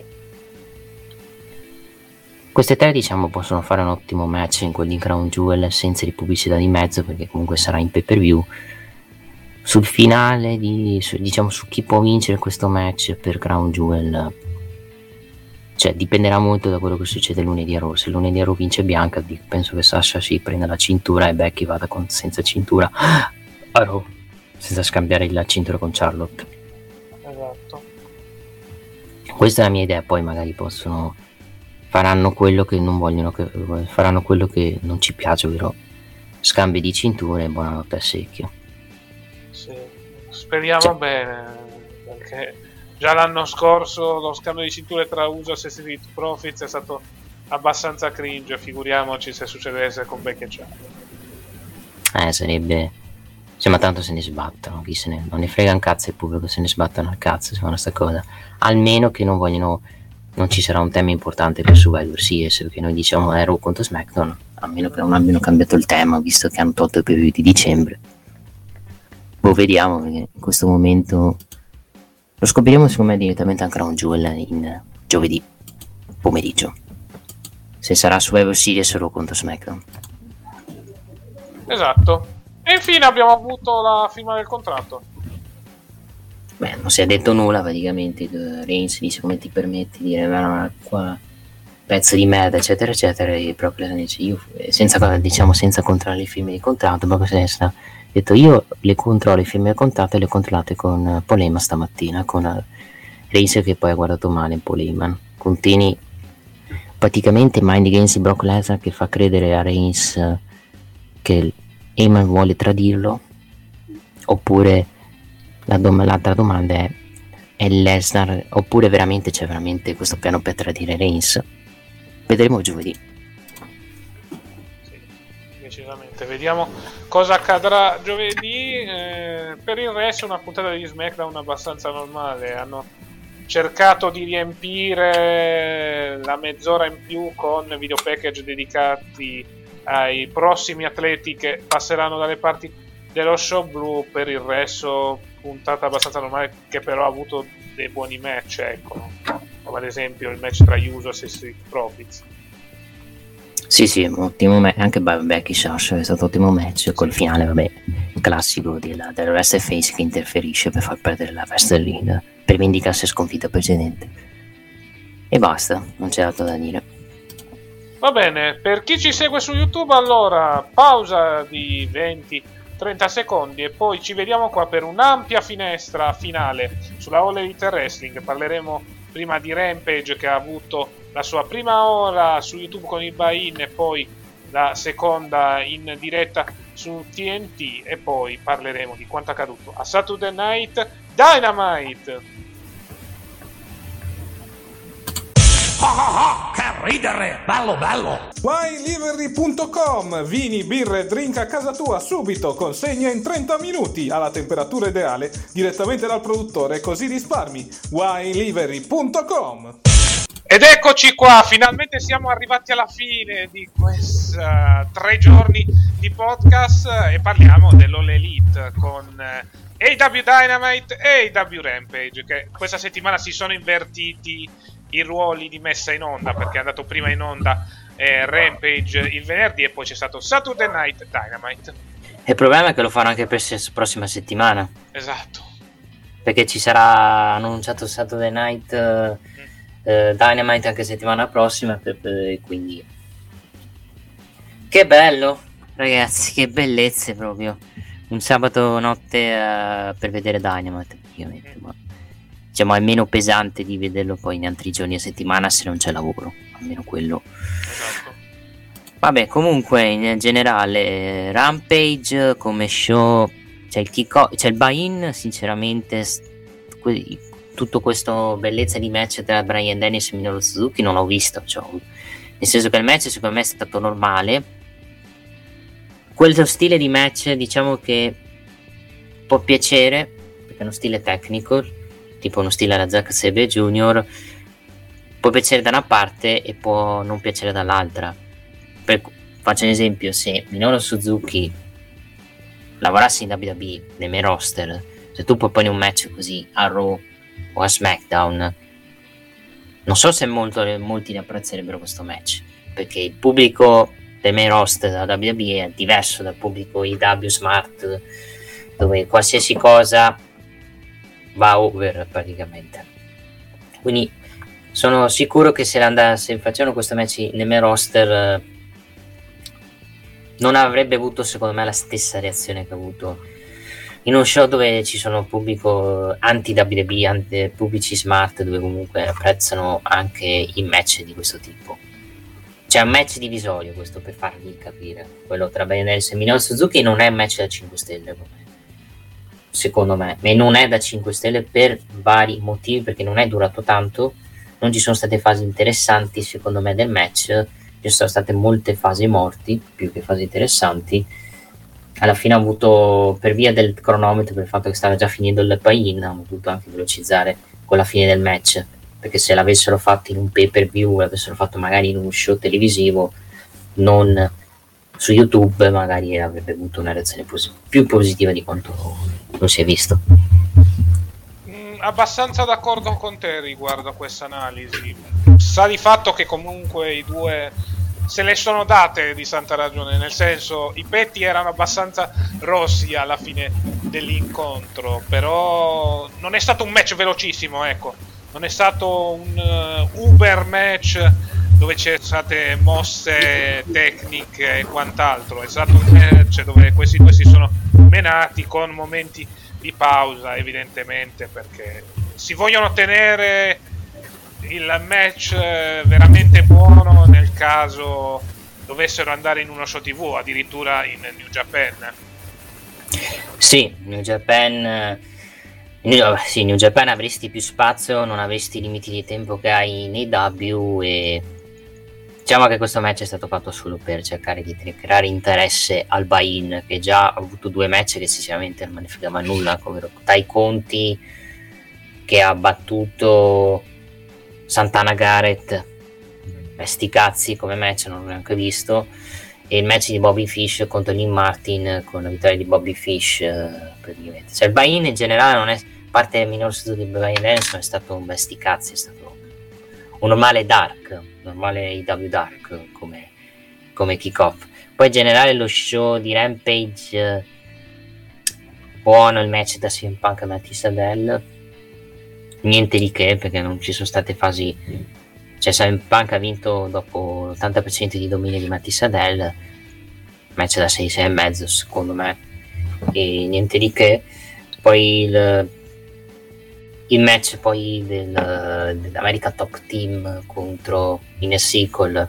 Queste tre diciamo possono fare un ottimo match in quel di Crown Jewel senza di pubblicità di mezzo, perché comunque sarà in pay per view. Sul finale di, su, diciamo su chi può vincere questo match per Crown Jewel, cioè dipenderà molto da quello che succede lunedì a Raw. Se lunedì a Raw vince Bianca, penso che Sasha si prenda la cintura e Becky vada con, senza cintura a Raw, senza scambiare la cintura con Charlotte. Esatto. Questa è la mia idea, poi magari possono faranno quello che non vogliono, che faranno quello che non ci piace, ovvero scambi di cinture e buonanotte a secchio. Sì, speriamo cioè. bene, perché già l'anno scorso lo scambio di cinture tra Usos e Street Profits è stato abbastanza cringe, figuriamoci se succedesse con Becky e Charlotte. Eh, sarebbe... Cioè, ma tanto se ne sbattono, chi se ne... non ne frega un cazzo il pubblico, se ne sbattono al cazzo se fanno sta cosa. Almeno che non vogliono... non ci sarà un tema importante per Survivor Series, perché noi diciamo Raw contro SmackDown, a meno che non abbiano cambiato il tema, visto che hanno tolto il preview di dicembre. Boh, vediamo, perché in questo momento lo scopriremo secondo me direttamente anche a un Jewel in giovedì pomeriggio, se sarà Survivor Series o contro SmackDown. Esatto. E infine abbiamo avuto la firma del contratto. Beh, non si è detto nulla praticamente. Reigns dice come ti permetti di dire ma qua pezzo di merda eccetera eccetera, e proprio dice io senza, diciamo senza controllare le firme di contratto, proprio se ne sta detto io le controllo le firme di contratto e le ho controllate con Polema stamattina, con Reigns che poi ha guardato male in Polema, contieni praticamente Mind Games di Brock Lesnar che fa credere a Reigns che Heyman vuole tradirlo, oppure la dom- l'altra domanda è è Lesnar oppure veramente c'è veramente questo piano per tradire Reigns? Vedremo giovedì. Sì, decisamente vediamo cosa accadrà giovedì. Eh, per il resto una puntata di SmackDown abbastanza normale, hanno cercato di riempire la mezz'ora in più con video package dedicati ai prossimi atleti che passeranno dalle parti dello show blu. Per il resto puntata abbastanza normale, che però ha avuto dei buoni match, ecco, come ad esempio il match tra Usos e Street Profits. Sì sì, ottimo match, anche Becky Sasha è stato un ottimo match, col finale vabbè classico della, del Wrestle Face che interferisce per far perdere la Wrestling per vendicarsi sconfitta precedente, e basta, non c'è altro da dire. Va bene, per chi ci segue su YouTube, allora pausa di venti trenta secondi e poi ci vediamo qua per un'ampia finestra finale sulla All Elite Wrestling. Parleremo prima di Rampage, che ha avuto la sua prima ora su YouTube con il buy-in e poi la seconda in diretta su T N T, e poi parleremo di quanto accaduto a Saturday Night Dynamite. ah, ah, che ridere, bello bello. wine livery punto com, vini, birre e drink a casa tua subito, consegna in trenta minuti alla temperatura ideale direttamente dal produttore, così risparmi. wine livery punto com. Ed eccoci qua, finalmente siamo arrivati alla fine di questi uh, tre giorni di podcast e parliamo dell'All Elite con uh, A W Dynamite e A W Rampage, che questa settimana si sono invertiti i ruoli di messa in onda, perché è andato prima in onda eh, Rampage il venerdì e poi c'è stato Saturday Night Dynamite. E il problema è che lo faranno anche per la prossima settimana. Esatto. Perché ci sarà annunciato Saturday Night uh, mm. uh, Dynamite anche settimana prossima, per, per, quindi... Che bello, ragazzi, che bellezze proprio. Un sabato notte uh, per vedere Dynamite, praticamente. Mm. Ma, diciamo, è meno pesante di vederlo poi in altri giorni a settimana se non c'è lavoro. Almeno quello. Esatto. Vabbè, comunque, in generale, Rampage come show... C'è il, kick- c'è il buy-in, sinceramente, que- tutto questo bellezza di match tra Bryan Dennis e Minoru Suzuki non l'ho visto, cioè, nel senso che il match secondo me è stato normale. Quello stile di match, diciamo che può piacere, perché è uno stile tecnico, tipo uno stile alla Zack Sabre Junior, può piacere da una parte e può non piacere dall'altra. Per, faccio un esempio, se Minoru Suzuki lavorassi in W W E nei main roster, se tu proponi un match così a Raw o a SmackDown, non so se molto, molti ne apprezzerebbero questo match, perché il pubblico del main roster della W W E è diverso dal pubblico I W Smart, dove qualsiasi cosa va over praticamente. Quindi sono sicuro che se, se facevano questo match nel main roster non avrebbe avuto secondo me la stessa reazione che ha avuto in uno show dove ci sono pubblico anti-W W E, anti-pubblici smart, dove comunque apprezzano anche i match di questo tipo. C'è un match divisorio, questo per farvi capire. Quello tra Bryan Danielson e Minoru Suzuki non è un match da cinque stelle, secondo me, e non è da cinque stelle per vari motivi, perché non è durato tanto, non ci sono state fasi interessanti secondo me del match. Ci sono state molte fasi morti più che fasi interessanti. Alla fine ha avuto, per via del cronometro, per il fatto che stava già finendo il buy-in, hanno dovuto anche velocizzare con la fine del match, perché se l'avessero fatto in un pay per view, l'avessero fatto magari in uno show televisivo, non su YouTube, magari avrebbe avuto una reazione pos- più positiva di quanto non si è visto. Mm, abbastanza d'accordo con te riguardo a questa analisi. Sa di fatto che comunque i due se le sono date di santa ragione, nel senso, i petti erano abbastanza rossi alla fine dell'incontro, però non è stato un match velocissimo, ecco, non è stato un uh, uber match dove c'è state mosse tecniche e quant'altro, è stato un match dove questi due si sono menati con momenti di pausa, evidentemente, perché si vogliono tenere il match veramente buono nel caso dovessero andare in uno show tivù, addirittura in New Japan. Sì, New Japan New, sì, New Japan avresti più spazio, non avresti i limiti di tempo che hai nei W, e diciamo che questo match è stato fatto solo per cercare di creare interesse al buy-in, che già ha avuto due match che sinceramente non me ne fregava nulla, come Tai Conti che ha battuto Santana Garrett, eh, sti cazzi come match, non l'ho neanche visto, e il match di Bobby Fish contro Lynn Martin con la vittoria di Bobby Fish, eh, praticamente. Cioè il buy-in in generale non è, a parte Minoru Suzuki e Bryan Danielson, è stato un bel sti cazzi, è stato un normale dark, normale I W dark come, come kick-off. Poi in generale lo show di Rampage, eh, buono il match da C M Punk e Matty Sadel, niente di che, perché non ci sono state fasi, cioè C M Punk ha vinto dopo l'ottanta per cento di dominio di Matty Sadel, match da sei sei e mezzo secondo me, e niente di che. Poi il, il match poi del, dell'America Top Team contro Inner Circle,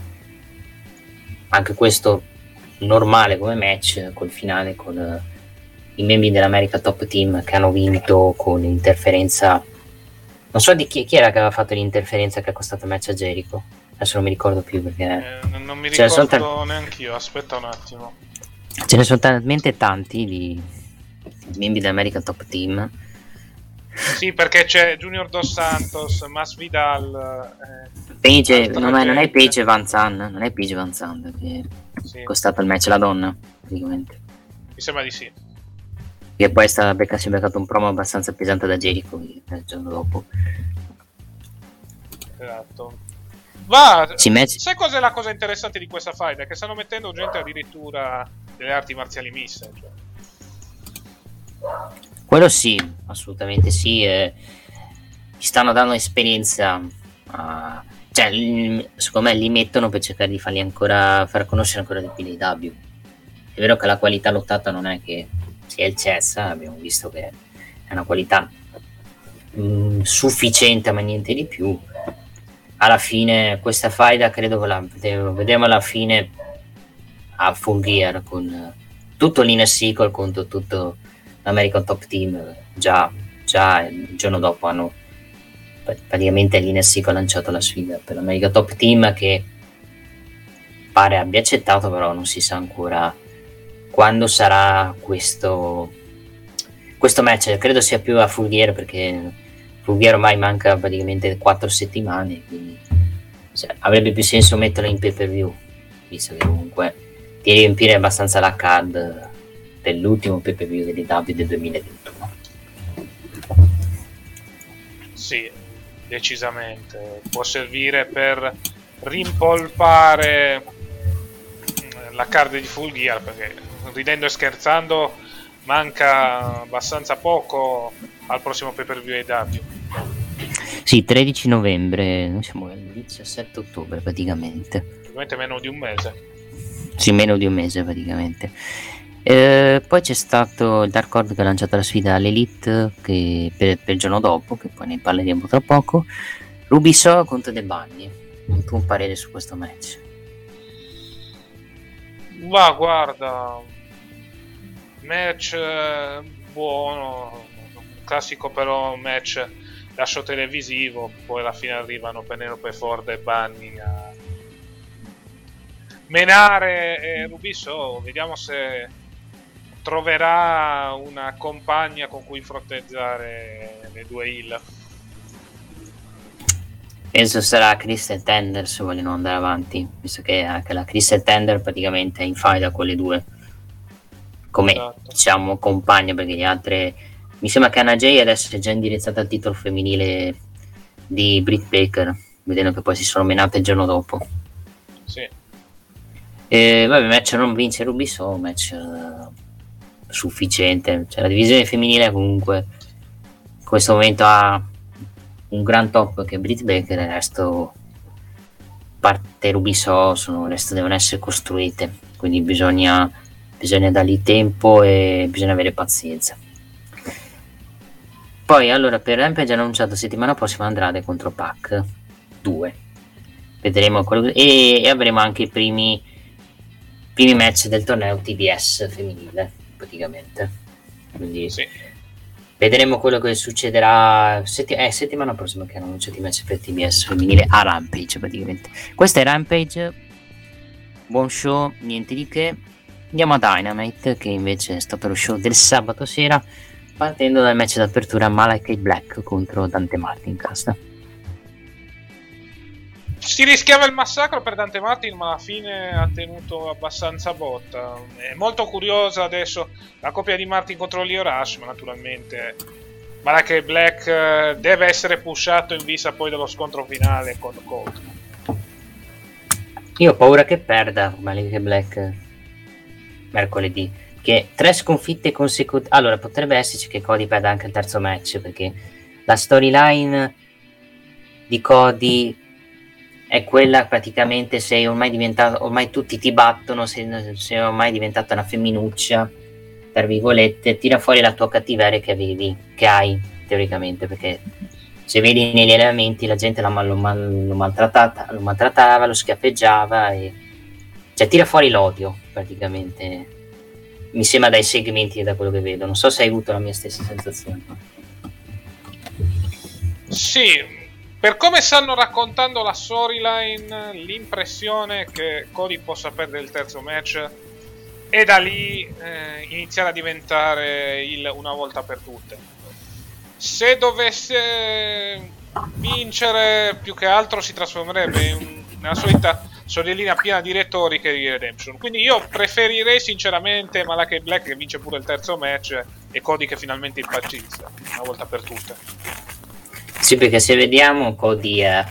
anche questo normale come match, col finale con i membri dell'America Top Team che hanno vinto con interferenza Non so di chi, chi era che aveva fatto l'interferenza che ha costato il match a Jericho. Adesso non mi ricordo più perché... Eh, non mi ce ne sono ricordo tal- neanch'io, aspetta un attimo. Ce ne sono talmente tanti di membri dell'American Top Team. Sì, perché c'è Junior Dos Santos, Masvidal... Eh, Paige, altra no, ma non è gente. Paige Van Zandt, non è Paige Van Zandt che Sì, è costato il match alla donna, praticamente. mi sembra di sì. Che poi è stata becca, si è beccato un promo abbastanza pesante da Jericho il giorno dopo. Esatto. Va, Sì, match- sai cos'è la cosa interessante di questa fight? È che stanno mettendo gente addirittura delle arti marziali miste. Cioè. Quello sì, assolutamente sì. Eh, gli stanno dando esperienza. A... Cioè, li- secondo me li mettono per cercare di farli ancora, far conoscere ancora di più l'A E W. È vero che la qualità lottata non è che sia il Cessa, abbiamo visto che è una qualità mh, sufficiente ma niente di più. Alla fine questa faida credo che la vedremo, vedremo alla fine a Full Gear con eh, tutto l'Inner Circle contro tutto l'American Top Team. Già, già il giorno dopo hanno praticamente l'Inner Circle ha lanciato la sfida per l'American Top Team, che pare abbia accettato, però non si sa ancora quando sarà questo questo match. Credo sia più a Full Gear, perché Full Gear ormai manca praticamente quattro settimane, quindi cioè, avrebbe più senso metterlo in pay per view, visto che comunque di riempire abbastanza la card dell'ultimo pay per view dell'A E W del duemilaventuno. Sì, decisamente. Può servire per rimpolpare la card di Full Gear, perché ridendo e scherzando manca abbastanza poco al prossimo pay per view A E W. Sì, tredici novembre, noi siamo il diciassette ottobre praticamente. Praticamente meno di un mese. Sì, meno di un mese praticamente. Eh, poi c'è stato il Dark Order che ha lanciato la sfida all'Elite che per, per il giorno dopo, che poi ne parleremo tra poco. Ruby So contro The Bunny. Un tuo parere su questo match? Ma guarda, match eh, buono, un classico però match da show televisivo. Poi alla fine arrivano Penelope Ford e Bunny a menare e Ruby So. Vediamo se troverà una compagna con cui fronteggiare le due heel. Penso sarà Crystal Tender se vogliono andare avanti, visto che anche la Crystal Tender praticamente è in faida con le due come Esatto. diciamo compagna, perché le altre mi sembra che Anna Jay adesso è già indirizzata al titolo femminile di Britt Baker, vedendo che poi si sono menate il giorno dopo. Sì. E vabbè, match non vince Ruby So, match uh, sufficiente. Cioè, la divisione femminile comunque in questo momento ha un gran top che è Britt Baker, e il resto, parte Ruby So, sono, il resto devono essere costruite, quindi bisogna bisogna dargli tempo e bisogna avere pazienza. Poi allora per Rampage hanno annunciato settimana prossima Andrade contro Pac due, vedremo quello, e, e avremo anche i primi primi match del torneo T B S femminile praticamente, quindi Sì. vedremo quello che succederà setti- eh, settimana prossima, che hanno annunciato i match per T B S femminile a Rampage praticamente. Questo è Rampage, buon show, niente di che. Andiamo a Dynamite, che invece è stato lo show del sabato sera, partendo dal match d'apertura Malachi Black contro Dante Martin. Casta. Si rischiava il massacro per Dante Martin, ma alla fine ha tenuto abbastanza botta. È molto curiosa adesso la coppia di Martin contro Lio Rush, ma naturalmente Malachi Black eh, deve essere pushato in vista poi dello scontro finale con Colt. Io ho paura che perda Malachi Black mercoledì, che tre sconfitte consecutive. Allora potrebbe esserci che Cody perda anche il terzo match, perché la storyline di Cody è quella praticamente, sei ormai diventato, ormai tutti ti battono, sei, sei ormai diventata una femminuccia, tra virgolette, tira fuori la tua cattiveria che avevi, che hai teoricamente, perché se vedi negli allenamenti la gente la, lo, mal, lo, maltrattata, lo maltrattava, lo schiaffeggiava, e cioè tira fuori l'odio praticamente, mi sembra dai segmenti e da quello che vedo. Non so se hai avuto la mia stessa sensazione. Sì, per come stanno raccontando la storyline, l'impressione che Cody possa perdere il terzo match e da lì eh, iniziare a diventare il una volta per tutte. Se dovesse vincere, più che altro si trasformerebbe in una solita sorellina piena di retoriche di Redemption. Quindi io preferirei sinceramente Malachi Black che vince pure il terzo match e Cody che finalmente impazzisce una volta per tutte. Sì, perché se vediamo Cody eh,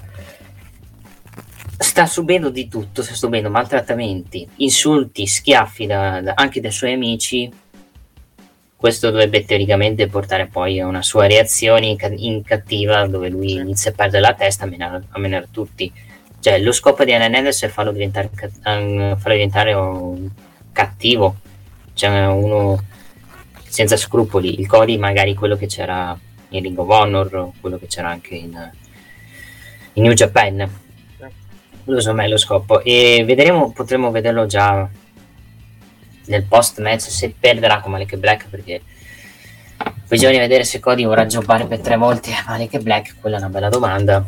sta subendo di tutto, sta subendo maltrattamenti, insulti, schiaffi da, da, anche dai suoi amici. Questo dovrebbe teoricamente portare poi a una sua reazione in, in cattiva, dove lui sì. inizia a perdere la testa, a menare, a menare tutti. Cioè lo scopo di Allen Ellis è farlo diventare, farlo diventare un cattivo, cioè uno senza scrupoli. Il Cody magari quello che c'era in Ring of Honor, quello che c'era anche in, in New Japan. Lo so, ma è lo scopo. E vedremo, potremo vederlo già nel post match se perderà con Malachi Black, perché bisogna vedere se Cody vorrà giocare per tre volte a Malachi Black. Quella è una bella domanda.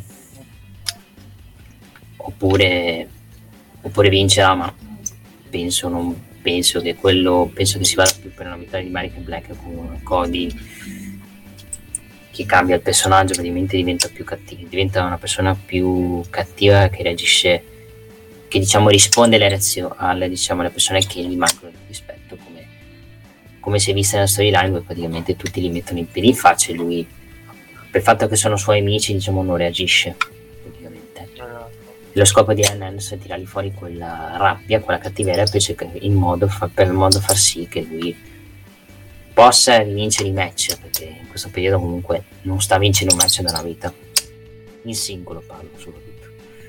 Oppure oppure vincerà, ma penso non penso che quello penso che si vada più per una vittoria di Malachi Black con Cody che cambia il personaggio, praticamente diventa più cattivo, diventa una persona più cattiva che reagisce, che diciamo risponde alle reazioni alle, diciamo, alle persone che gli mancano di rispetto, come, come si è vista nella storyline, dove praticamente tutti gli mettono i piedi in faccia e lui, per il fatto che sono suoi amici, diciamo, non reagisce praticamente. E lo scopo di Allen Ellis è tirargli fuori quella rabbia, quella cattiveria, per, in modo, per modo far sì che lui possa vincere i match, perché in questo periodo comunque non sta vincendo un match nella vita, in singolo parlo soprattutto.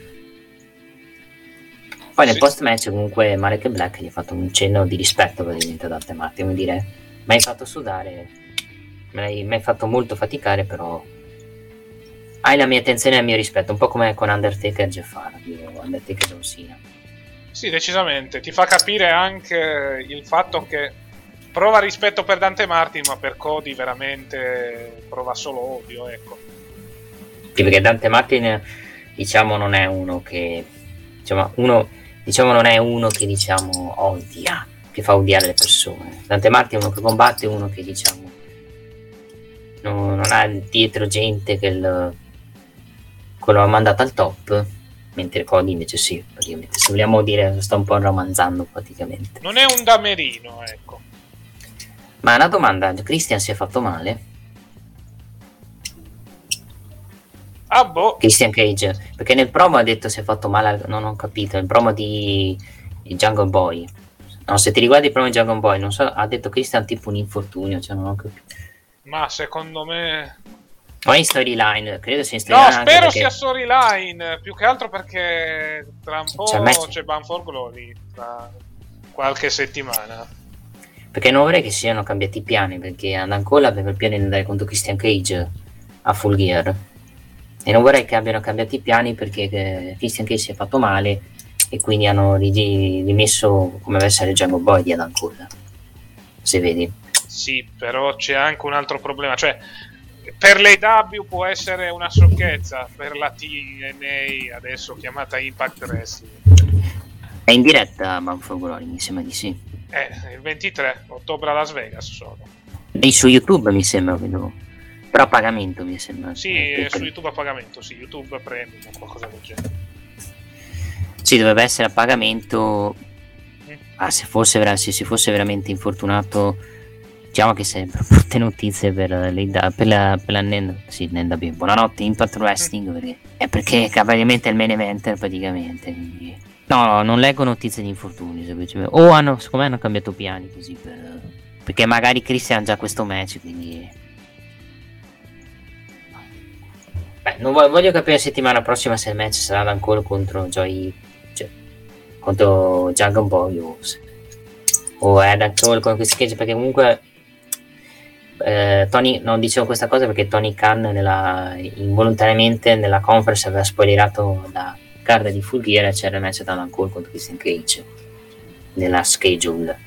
Poi nel sì. post match comunque Malachi Black gli ha fatto un cenno di rispetto praticamente ad Dante Martin, come dire mi hai fatto sudare, mi hai, mi hai fatto molto faticare, però hai la mia attenzione e il mio rispetto, un po' come con Undertaker e Jeff Hardy o Undertaker e John Cena. Sì, decisamente, ti fa capire anche il fatto che prova rispetto per Dante Martin, ma per Cody veramente prova solo odio, ecco. Sì, perché Dante Martin, diciamo, non è uno che, diciamo, uno, diciamo, non è uno che, diciamo, odia, che fa odiare le persone. Dante Martin è uno che combatte, uno che, diciamo, non, non ha dietro gente che, il, che lo ha mandato al top, mentre Cody invece sì, praticamente. Se vogliamo dire, sta un po' romanzando praticamente. Non è un damerino, ecco. Ma una domanda, Christian si è fatto male? Ah boh. Christian Cage, perché nel promo ha detto si è fatto male, non ho capito, nel promo di, di Jungle Boy. No, se ti riguardi il promo di Jungle Boy, non so, ha detto Christian tipo un infortunio, cioè non ho capito. Ma secondo me... O in storyline, credo sia in storyline. No, spero perché... sia storyline, più che altro perché tra un po' c'è, c'è Bound for Glory, tra qualche settimana. Perché non vorrei che siano cambiati i piani, perché Adam Cole aveva il piano di andare contro Christian Cage a Full Gear e non vorrei che abbiano cambiato i piani perché Christian Cage si è fatto male e quindi hanno rimesso come avesse il Jungle Boy di Adam Cole, se vedi. Sì, però c'è anche un altro problema, cioè per l'A E W può essere una sciocchezza, per la T N A adesso chiamata Impact Wrestling è in diretta Bound for Glory, mi sembra di sì. Eh, il ventitré ottobre a Las Vegas sono. E su YouTube mi sembra, vedo. Però a pagamento mi sembra. Sì, eh, su YouTube a pagamento, sì, YouTube Premium o qualcosa del genere. Sì, dovrebbe essere a pagamento. Mm. Ah, se fosse se si fosse veramente infortunato, diciamo che sempre brutte notizie per, le, per la per la N- sì, N W. Buonanotte Impact Wrestling, mm. perché è perché praticamente è il main eventer praticamente, quindi no, non leggo notizie di infortuni semplicemente. O hanno, secondo me hanno cambiato piani così per, perché magari Christian ha già questo match, quindi beh, non voglio, voglio capire la settimana prossima se il match sarà ancora contro Joy, cioè contro Jungle Boy o, o Adam Cole con questi Cage, perché comunque eh, Tony, non dicevo questa cosa perché Tony Khan nella, involontariamente nella conference aveva spoilerato la carta di Full Gear, c'era il match da Adam Cole contro Christian Cage nella schedule.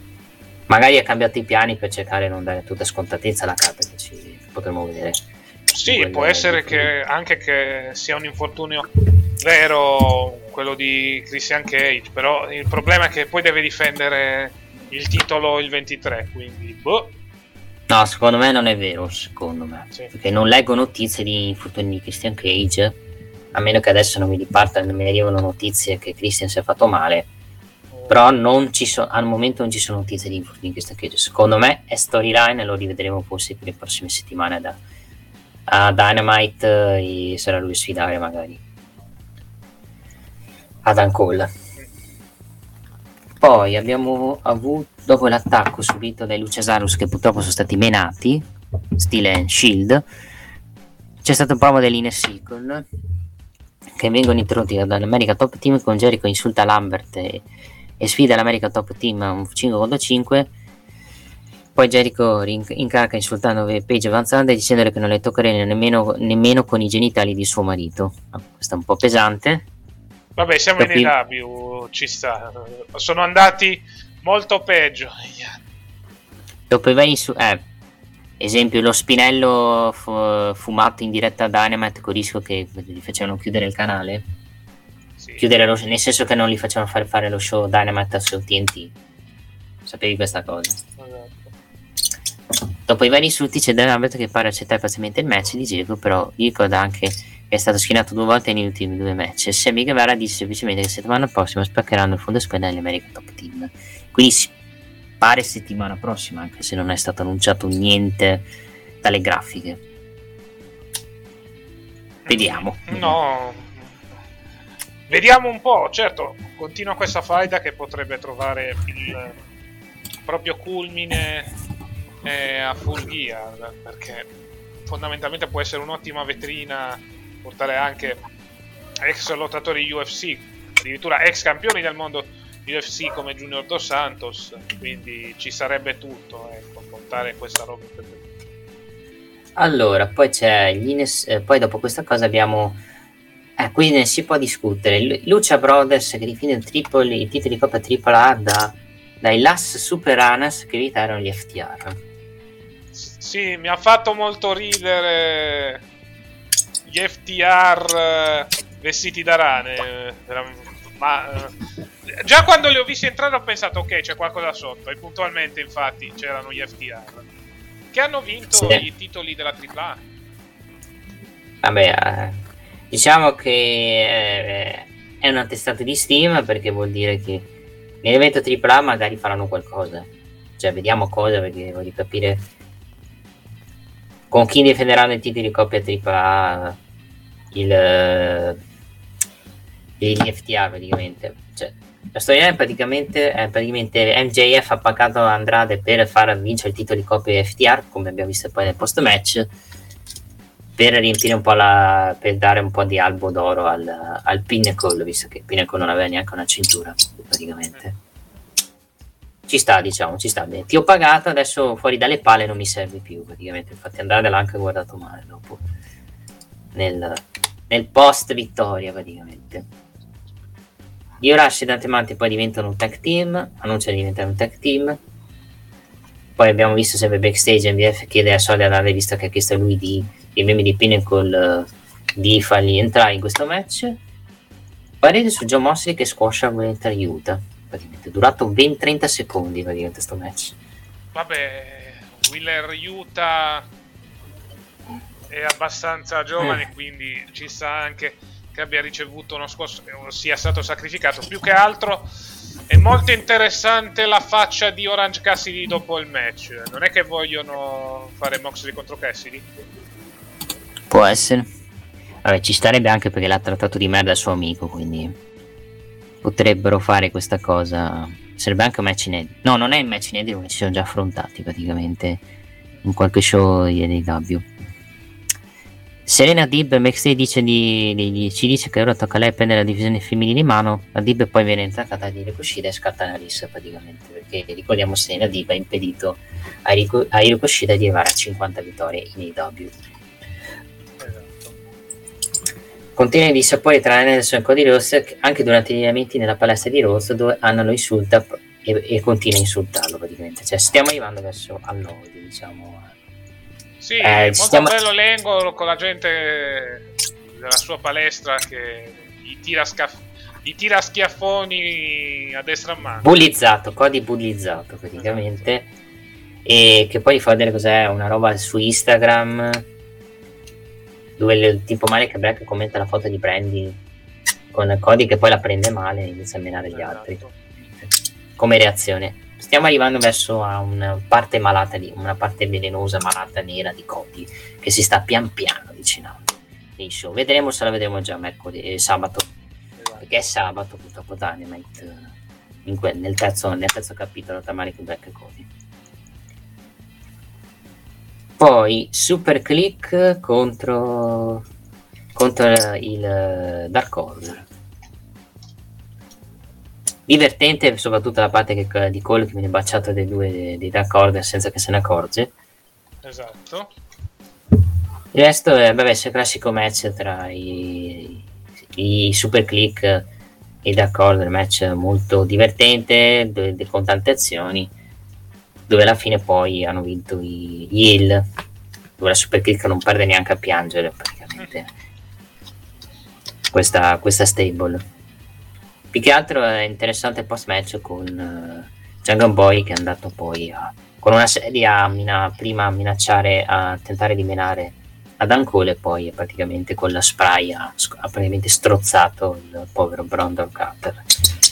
Magari ha cambiato i piani per cercare di non dare tutta scontatezza alla carta che ci potremmo vedere Sì, può essere che anche che sia un infortunio vero quello di Christian Cage, però il problema è che poi deve difendere il titolo il ventitré, quindi boh. No, secondo me non è vero, secondo me, sì. Perché non leggo notizie di infortuni di Christian Cage, a meno che adesso non mi ripartano, non mi arrivano notizie che Christian si è fatto male, oh. Però non ci so, al momento non ci sono notizie di infortuni di Christian Cage. Secondo me è storyline e lo rivedremo forse per le prossime settimane da, a Dynamite, e sarà lui a sfidare magari Adam Cole. Poi abbiamo avuto, dopo l'attacco subito dai Luchasaurus, che purtroppo sono stati menati, stile Shield, c'è stato un promo dell'Inner Circle che vengono interrotti dall'America Top Team, con Jericho insulta Lambert e, e sfida l'America Top Team a un cinque contro cinque. Poi Jericho incarica insultando Paige Van Zandt, dicendole che non le toccherà nemmeno, nemmeno con i genitali di suo marito. Questo è un po' pesante. Vabbè, siamo in A E W, ci sta. Sono andati molto peggio. Dopo vai su, eh, esempio lo spinello fu, fumato in diretta a Dynamite, con il rischio che gli facevano chiudere il canale. Sì. Chiudere lo, nel senso che non gli facevano fare fare lo show Dynamite su T N T. Sapevi questa cosa? Esatto. Dopo i vari insulti c'è Dynamite che pare accettare facilmente il match di Jericho, però ricorda anche che è stato schierato due volte negli ultimi due match. E Sammy Guevara dice semplicemente che settimana prossima spaccheranno il fondo spenda dell'America Top Team. Quindi si pare settimana prossima, anche se non è stato annunciato niente dalle grafiche. Vediamo. No, vediamo un po'. Certo, continua questa faida che potrebbe trovare il proprio culmine eh, a Full Gear, perché fondamentalmente può essere un'ottima vetrina, portare anche ex lottatori U F C, addirittura ex campioni del mondo U F C come Junior Dos Santos, quindi ci sarebbe tutto, ecco, portare questa roba. Allora, poi c'è gli Ines, eh, poi dopo questa cosa abbiamo, eh, qui ne si può discutere, Lucha Brothers che difende il, triple, il titolo di Coppa tripla A da, dai Las Superanas che evitarono gli F T R. Sì, mi ha fatto molto ridere gli F T R vestiti da rane, ma già quando li ho visti entrare ho pensato ok, c'è qualcosa sotto, e puntualmente infatti c'erano gli F T R che hanno vinto sì. i titoli della tripla A. Vabbè, eh, diciamo che eh, è un attestato di stima, perché vuol dire che nell'evento tripla A magari faranno qualcosa, cioè vediamo cosa, perché voglio capire con chi difenderanno i titoli di coppia tripla A, il gli F T R praticamente. Cioè, la storia è praticamente, è praticamente M J F ha pagato Andrade per far vincere il titolo di coppia F T R, come abbiamo visto poi nel post match, per riempire un po' la, per dare un po' di albo d'oro al, al Pinnacle, visto che Pinnacle non aveva neanche una cintura praticamente. Ci sta, diciamo, ci sta bene. Ti ho pagato, adesso fuori dalle palle non mi serve più praticamente. Infatti Andrade l'ha anche guardato male dopo nel, nel post vittoria praticamente. Io Rush e Dante Manti poi diventano un tag team, annuncia di diventare un tag team. Poi abbiamo visto sempre backstage M V F chiede a Solid Andrade, visto che ha chiesto a lui di i membri di Pinnacle uh, di farli entrare in questo match. Parere su John Moxley che squascia Wheeler Yuta, praticamente durato ben trenta secondi praticamente sto match. Vabbè, Wheeler Yuta è abbastanza giovane, eh. quindi ci sta anche che abbia ricevuto uno scosso, che sia stato sacrificato. Più che altro è molto interessante la faccia di Orange Cassidy dopo il match. Non è che vogliono fare Moxley contro Cassidy? Può essere. Vabbè, ci starebbe anche perché l'ha trattato di merda il suo amico, quindi potrebbero fare questa cosa. Sarebbe anche un match inedito. No, non è il match inedito, perché ci sono già affrontati praticamente in qualche show di A E W. Serena Dib backstage dice di, di, di, ci dice che ora tocca a lei prendere la divisione femminile in mano. La Dib poi viene attaccata di Hiro Kushida e scatta una rissa praticamente, perché ricordiamo Serena Dib ha impedito a Hiro, a Hiro Kushida di arrivare a cinquanta vittorie in A E W. Contiene di sapore tra Anderson e Cody Rhodes anche durante gli allenamenti nella palestra di Rhodes, dove Anna lo insulta e, e continua a insultarlo praticamente. Cioè stiamo arrivando verso all'odio, diciamo, Sì, Eh, molto stiamo- bello l'angolo con la gente della sua palestra che gli tira, scaf- gli tira schiaffoni a destra a mano. bullizzato, Cody bullizzato praticamente, e che poi fa vedere cos'è, una roba su Instagram dove il tipo Malik Black commenta la foto di Brandy con Cody che poi la prende male e inizia a menare gli altri Esatto. come reazione. Stiamo arrivando verso a una parte malata di una parte velenosa, malata nera di Cody che si sta pian piano avvicinando nei show. Vedremo se la vedremo già mercoledì e sabato, Esatto. perché è sabato purtroppo Dynamite in que- nel, terzo, nel terzo capitolo tra Malik Black e Cody. Poi Super Click contro contro il Dark Order. Divertente soprattutto la parte che, di Cole che viene baciato dai due dei Dark Order senza che se ne accorge. Esatto. Il resto è vabbè, il classico match tra i, i Super Click e i Dark Order, match molto divertente de- de- con tante azioni, dove alla fine poi hanno vinto i gli Hill, dove la Super Click non perde neanche a piangere praticamente questa, questa stable. Più che altro è interessante il post match con uh, Jungle Boy che è andato poi a, con una sedia a mina, prima a minacciare, a tentare di menare Adam Cole e poi praticamente con la spray ha, ha praticamente strozzato il povero Brandon Carter.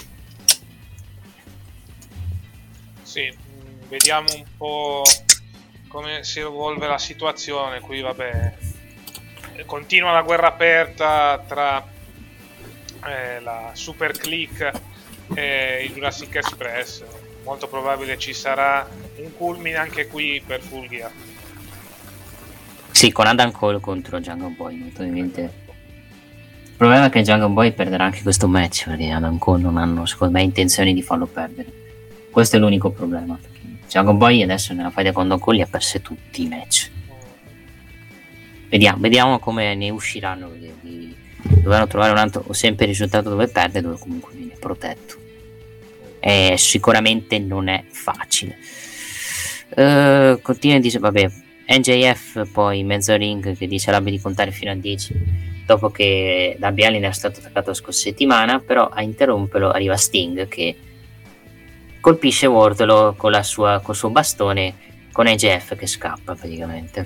Sì, mh, vediamo un po' come si evolve la situazione. Qui vabbè, continua la guerra aperta tra eh, la Super Click e il Jurassic Express. Molto probabile ci sarà un culmine anche qui per Fulgia. Sì, con Adam Cole contro Jungle Boy, molto ovviamente. Il problema è che Jungle Boy perderà anche questo match perché Adam Cole non hanno secondo me intenzioni di farlo perdere. Questo è l'unico problema, perché Jungle Boy adesso nella fight con Adam Cole li ha persi tutti i match. Vediamo, vediamo come ne usciranno. Di, dovranno trovare un altro o sempre il risultato dove perde, dove comunque viene protetto. E sicuramente non è facile. Uh, continua a dire, vabbè, N J F poi in mezzo al ring che dice all'abbia di contare fino a dieci dopo che Darby Allin era stato attaccato la scorsa settimana, però a interromperlo arriva Sting che colpisce Wardlow con la sua col suo bastone, con N J F che scappa praticamente.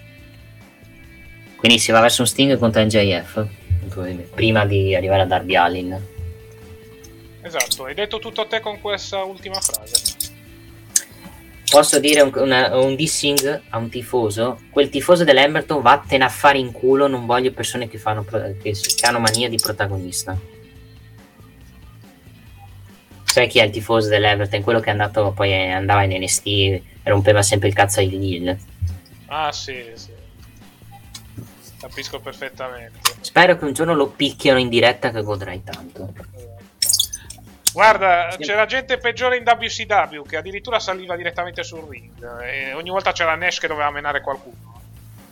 Quindi si va verso un Sting contro N J F prima di arrivare a Darby Allin. Esatto, hai detto tutto a te con questa ultima frase. Posso dire un, una, un dissing a un tifoso? Quel tifoso dell'Hamilton vattene a fare in culo, non voglio persone che fanno che, che hanno mania di protagonista. Sai chi è il tifoso dell'Hamilton? Quello che è andato poi andava in N X T e rompeva sempre il cazzo ai Lil. Ah sì, sì. Capisco perfettamente. Spero che un giorno lo picchiano in diretta che godrai tanto. Guarda, c'era gente peggiore in W C W che addirittura saliva direttamente sul ring e ogni volta c'era Nash che doveva menare qualcuno.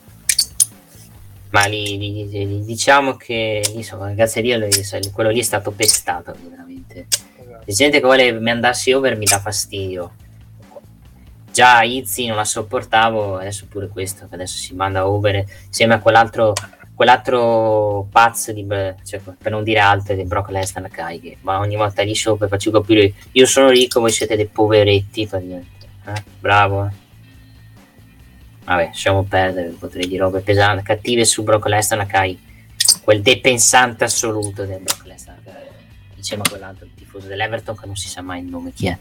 Ma lì, lì, lì diciamo che insomma, ragazzi, lì, quello lì è stato pestato veramente. Esatto. C'è gente che vuole mandarsi over, mi dà fastidio. Già Izzy non la sopportavo, adesso pure questo, che adesso si manda over insieme a quell'altro quell'altro pazzo di, cioè, per non dire altro, di Brock Lesnar, che ma ogni volta gli show per farci capire io sono ricco, voi siete dei poveretti, eh? Bravo, eh? Vabbè, lasciamo perdere, potrei dire robe pesanti, cattive su Brock Lesnar, Kai, quel depensante assoluto del Brock Lesnar, insieme a quell'altro il tifoso dell'Everton che non si sa mai il nome chi è.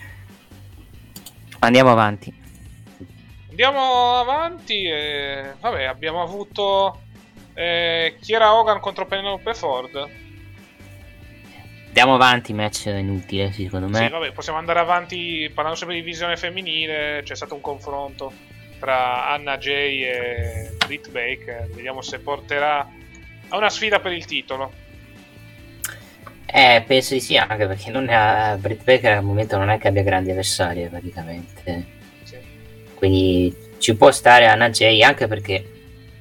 Andiamo avanti. Andiamo avanti e vabbè, abbiamo avuto eh, Kiera Hogan contro Penelope Ford. Andiamo avanti, match inutile secondo me. Sì, vabbè, possiamo andare avanti parlando sempre di divisione femminile. C'è stato un confronto tra Anna Jay e Britt Baker. Vediamo se porterà a una sfida per il titolo. Eh, penso di sì, anche perché non ha, Britt Baker al momento non è che abbia grandi avversari praticamente. Sì. Quindi ci può stare Anna Jay, anche perché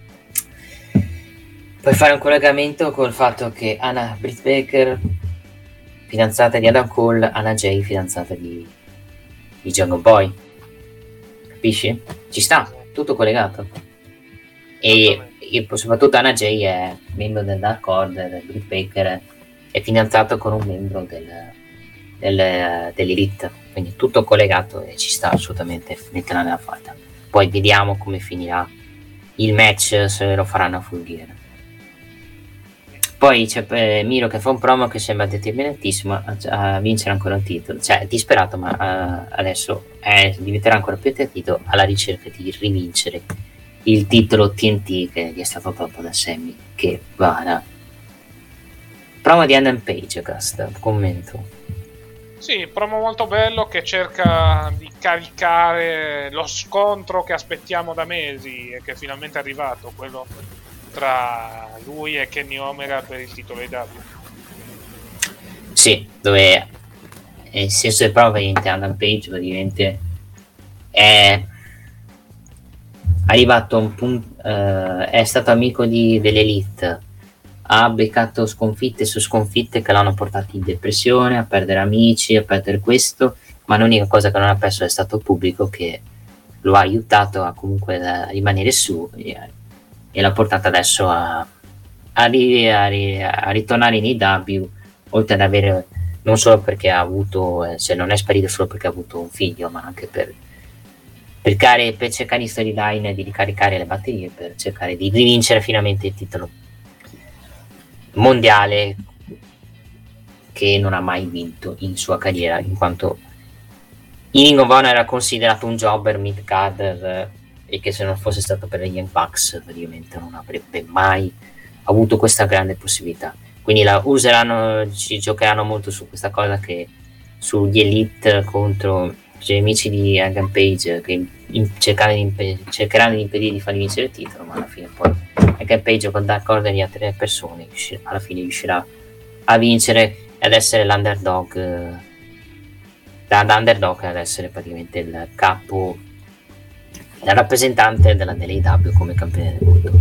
puoi fare un collegamento col fatto che Anna Britt Baker, fidanzata di Adam Cole, Anna Jay, fidanzata di, di Jungle Boy. Capisci? Ci sta, tutto collegato. E, e soprattutto Anna Jay è membro del Dark Order, Britt Baker è fidanzato con un membro del, del, dell'Elite, quindi tutto collegato e ci sta assolutamente metterla nella falda. Poi vediamo come finirà il match, se lo faranno a full gear. Poi c'è eh, Miro che fa un promo che sembra determinatissimo a, a vincere ancora un titolo, cioè è disperato, ma uh, adesso è, diventerà ancora più attento alla ricerca di rivincere il titolo T N T che gli è stato tolto da Sammy che vada. Promo di Adam Page, cast, commento. Sì, promo molto bello che cerca di caricare lo scontro che aspettiamo da mesi e che è finalmente arrivato, quello tra lui e Kenny Omega per il titolo A E W. Sì, dove il senso del promo praticamente Adam Page praticamente è arrivato a un punto, uh, è stato amico di, dell'Elite, ha beccato sconfitte su sconfitte che l'hanno portato in depressione, a perdere amici, a perdere questo, ma l'unica cosa che non ha perso è stato il pubblico che lo ha aiutato a comunque a rimanere su e, e l'ha portato adesso a, a, ri, a, ri, a ritornare in A E W, oltre ad avere, non solo perché ha avuto, eh, cioè non è sparito solo perché ha avuto un figlio, ma anche per Per, care, per cercare in storyline di ricaricare le batterie, per cercare di rivincere finalmente il titolo mondiale che non ha mai vinto in sua carriera, in quanto in Ring of Honor era considerato un jobber mid-carder e che se non fosse stato per gli Young Bucks praticamente non avrebbe mai avuto questa grande possibilità. Quindi la useranno, ci giocheranno molto su questa cosa, che sugli Elite contro gli amici di Hangman Page che in, cercano di imp- cercheranno di impedire di fargli vincere il titolo, ma alla fine poi Hangman Page con Dark Order e altre persone alla fine riuscirà a vincere e ad essere l'underdog, da underdog ad essere praticamente il capo, il rappresentante della dell'A E W come campione del mondo.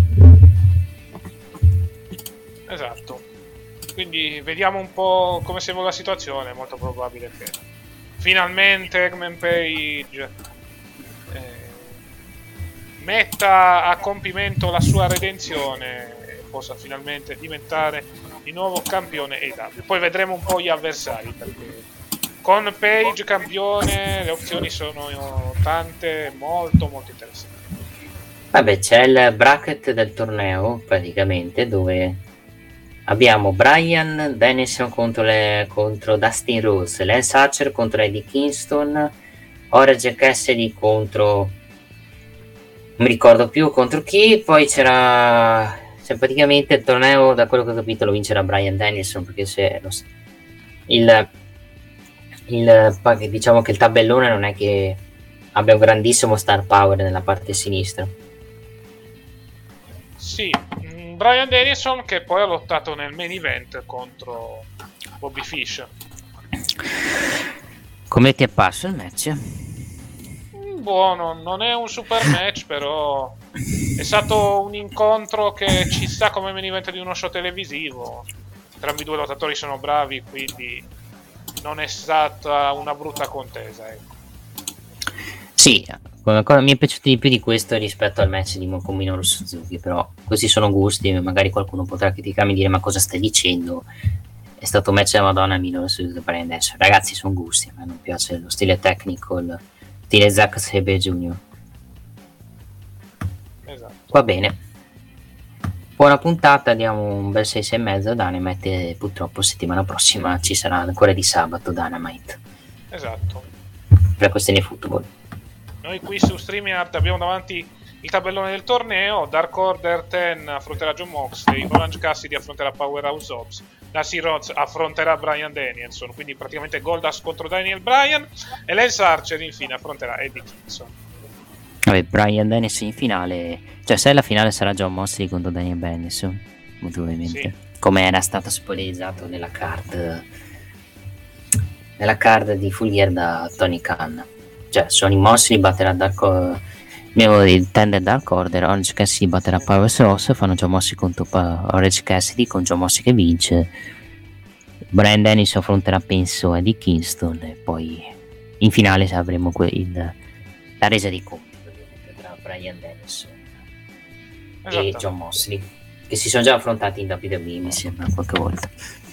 Esatto, quindi vediamo un po' come si evolve la situazione. È molto probabile che finalmente Hangman Page eh, metta a compimento la sua redenzione e possa finalmente diventare di nuovo campione A E W. Poi vedremo un po' gli avversari, perché con Page campione le opzioni sono tante, molto molto interessanti. Vabbè, c'è il bracket del torneo praticamente, dove abbiamo Bryan Danielson contro, le, contro Dustin Rhodes, Lance Archer contro Eddie Kingston, Orange Cassidy contro, non mi ricordo più contro chi. Poi c'era, c'è praticamente il torneo, da quello che ho capito lo vincerà Bryan Danielson, perché se lo, il, il diciamo che il tabellone non è che abbia un grandissimo star power nella parte sinistra. Sì, Bryan Danielson che poi ha lottato nel main event contro Bobby Fish. Come ti è apparso il match? Buono, non è un super match, però è stato un incontro che ci sta come main event di uno show televisivo. Entrambi i due lottatori sono bravi, quindi non è stata una brutta contesa, ecco. Sì, come cosa mi è piaciuto di più di questo rispetto al match di con Minoru Suzuki, però questi sono gusti, magari qualcuno potrà criticarmi e dire ma cosa stai dicendo, è stato un match della Madonna Minoru Suzuki per adesso. Ragazzi, sono gusti, a me non piace lo stile tecnico, il stile Zack Sabre Junior Esatto. Va bene, buona puntata, diamo un bel sei e mezzo a Dynamite e purtroppo settimana prossima ci sarà ancora di sabato Dynamite. Esatto. Per questioni football. Noi qui su StreamYard abbiamo davanti il tabellone del torneo. Dark Order dieci affronterà Jon Moxley, Orange Cassidy affronterà Powerhouse Hobbs, Dusty Rhodes affronterà Bryan Danielson, quindi praticamente Goldust contro Daniel Bryan, e Lance Archer infine affronterà Eddie Kingston. Vabbè, Bryan Danielson in finale, cioè se la finale sarà Jon Moxley contro Daniel Danielson, molto probabilmente, sì, come era stato spoilerizzato nella card nella card di Full Gear da Tony Khan. Cioè Sonny Moxley batterà Dark Order, il Tender Dark Order, Orange Cassidy batterà Power Source, fanno Jon Moxley contro Orange Cassidy con Jon Moxley che vince, Bryan Danielson affronterà penso Eddie Kingston e poi in finale avremo que- il, la resa dei conti tra Bryan Danielson e Esattamente. John Moxley, che si sono già affrontati in W W E, mi sembra, qualche volta.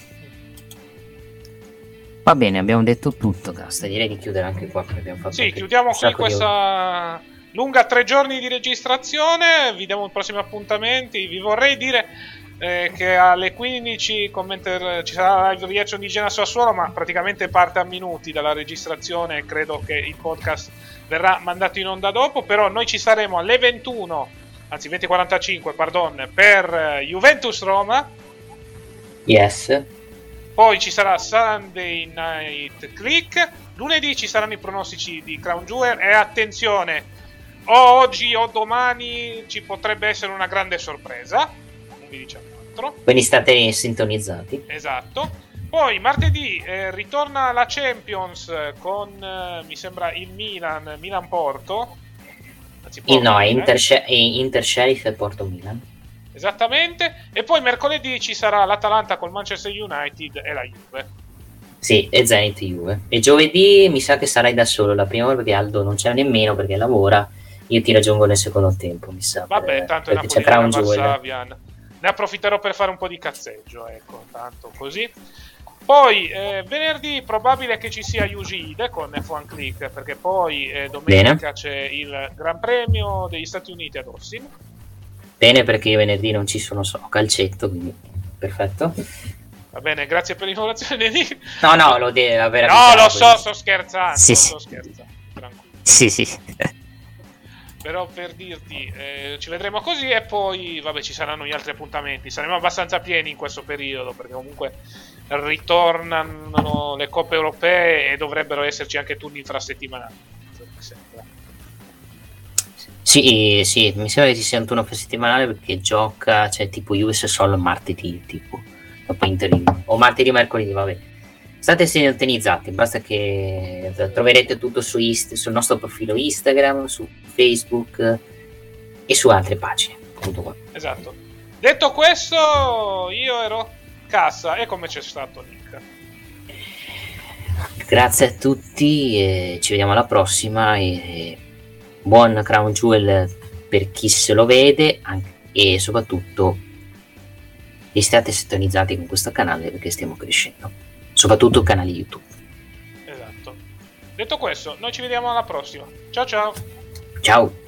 Va bene, abbiamo detto tutto, Casta. Direi di chiudere anche qua, perché abbiamo fatto Sì, anche chiudiamo un qui sacco di ore. questa lunga tre giorni di registrazione. Vi diamo i prossimi appuntamenti. Vi vorrei dire eh, che alle quindici commenter, ci sarà la live reaction di Genoa Sassuolo, ma praticamente parte a minuti dalla registrazione. Credo che il podcast verrà mandato in onda dopo. Però noi ci saremo alle ventuno, anzi venti e quarantacinque, pardon, per Juventus Roma. Yes. Poi ci sarà Sunday Night Click. Lunedì ci saranno i pronostici di Crown Jewel. E attenzione, o oggi o domani ci potrebbe essere una grande sorpresa. Non vi diciamo altro. Quindi state sintonizzati. Esatto. Poi martedì eh, ritorna la Champions con, eh, mi sembra, il Milan, Milan-Porto. Anzi, Il, Porto, no, è eh. Inter, è Inter Sheriff e Porto Milan. Esattamente. E poi mercoledì ci sarà l'Atalanta col Manchester United e la Juve. Sì, e Zenit Juve. E giovedì mi sa che sarai da solo la prima ora, perché Aldo non c'è nemmeno perché lavora. Io ti raggiungo nel secondo tempo, mi sa. Vabbè, per, tanto è perché c'è Napoli Crown Jewel. Varsavia. Ne approfitterò per fare un po' di cazzeggio, ecco, tanto così. Poi eh, venerdì probabile che ci sia Uside con F uno Click, perché poi eh, domenica Bene. c'è il Gran Premio degli Stati Uniti ad Austin. Bene, perché io venerdì non ci sono, so, calcetto, quindi perfetto. Va bene, grazie per l'informazione. No, no, lo deve aver No, avvisato, lo so, quindi. sto scherzando, Sì, sto sì. scherzando, tranquillo. Sì, sì. Però per dirti, eh, ci vedremo così e poi, vabbè, ci saranno gli altri appuntamenti. Saremo abbastanza pieni in questo periodo, perché comunque ritornano le coppe europee e dovrebbero esserci anche turni infrasettimanali. Mi sembra. Sì, sì, mi sembra che ci sia un turno settimanale perché gioca, cioè tipo U S Sol martedì, tipo, dopo Inter, o martedì, mercoledì, vabbè. State sintonizzati, basta che troverete tutto su Inst- sul nostro profilo Instagram, su Facebook e su altre pagine. Tutto qua. Esatto. Detto questo, io ero Cassa e come c'è stato Nick. Grazie a tutti, e ci vediamo alla prossima e buon Crown Jewel per chi se lo vede anche, e soprattutto state sintonizzati con questo canale perché stiamo crescendo, soprattutto canali YouTube. Esatto. Detto questo, noi ci vediamo alla prossima. Ciao ciao. Ciao.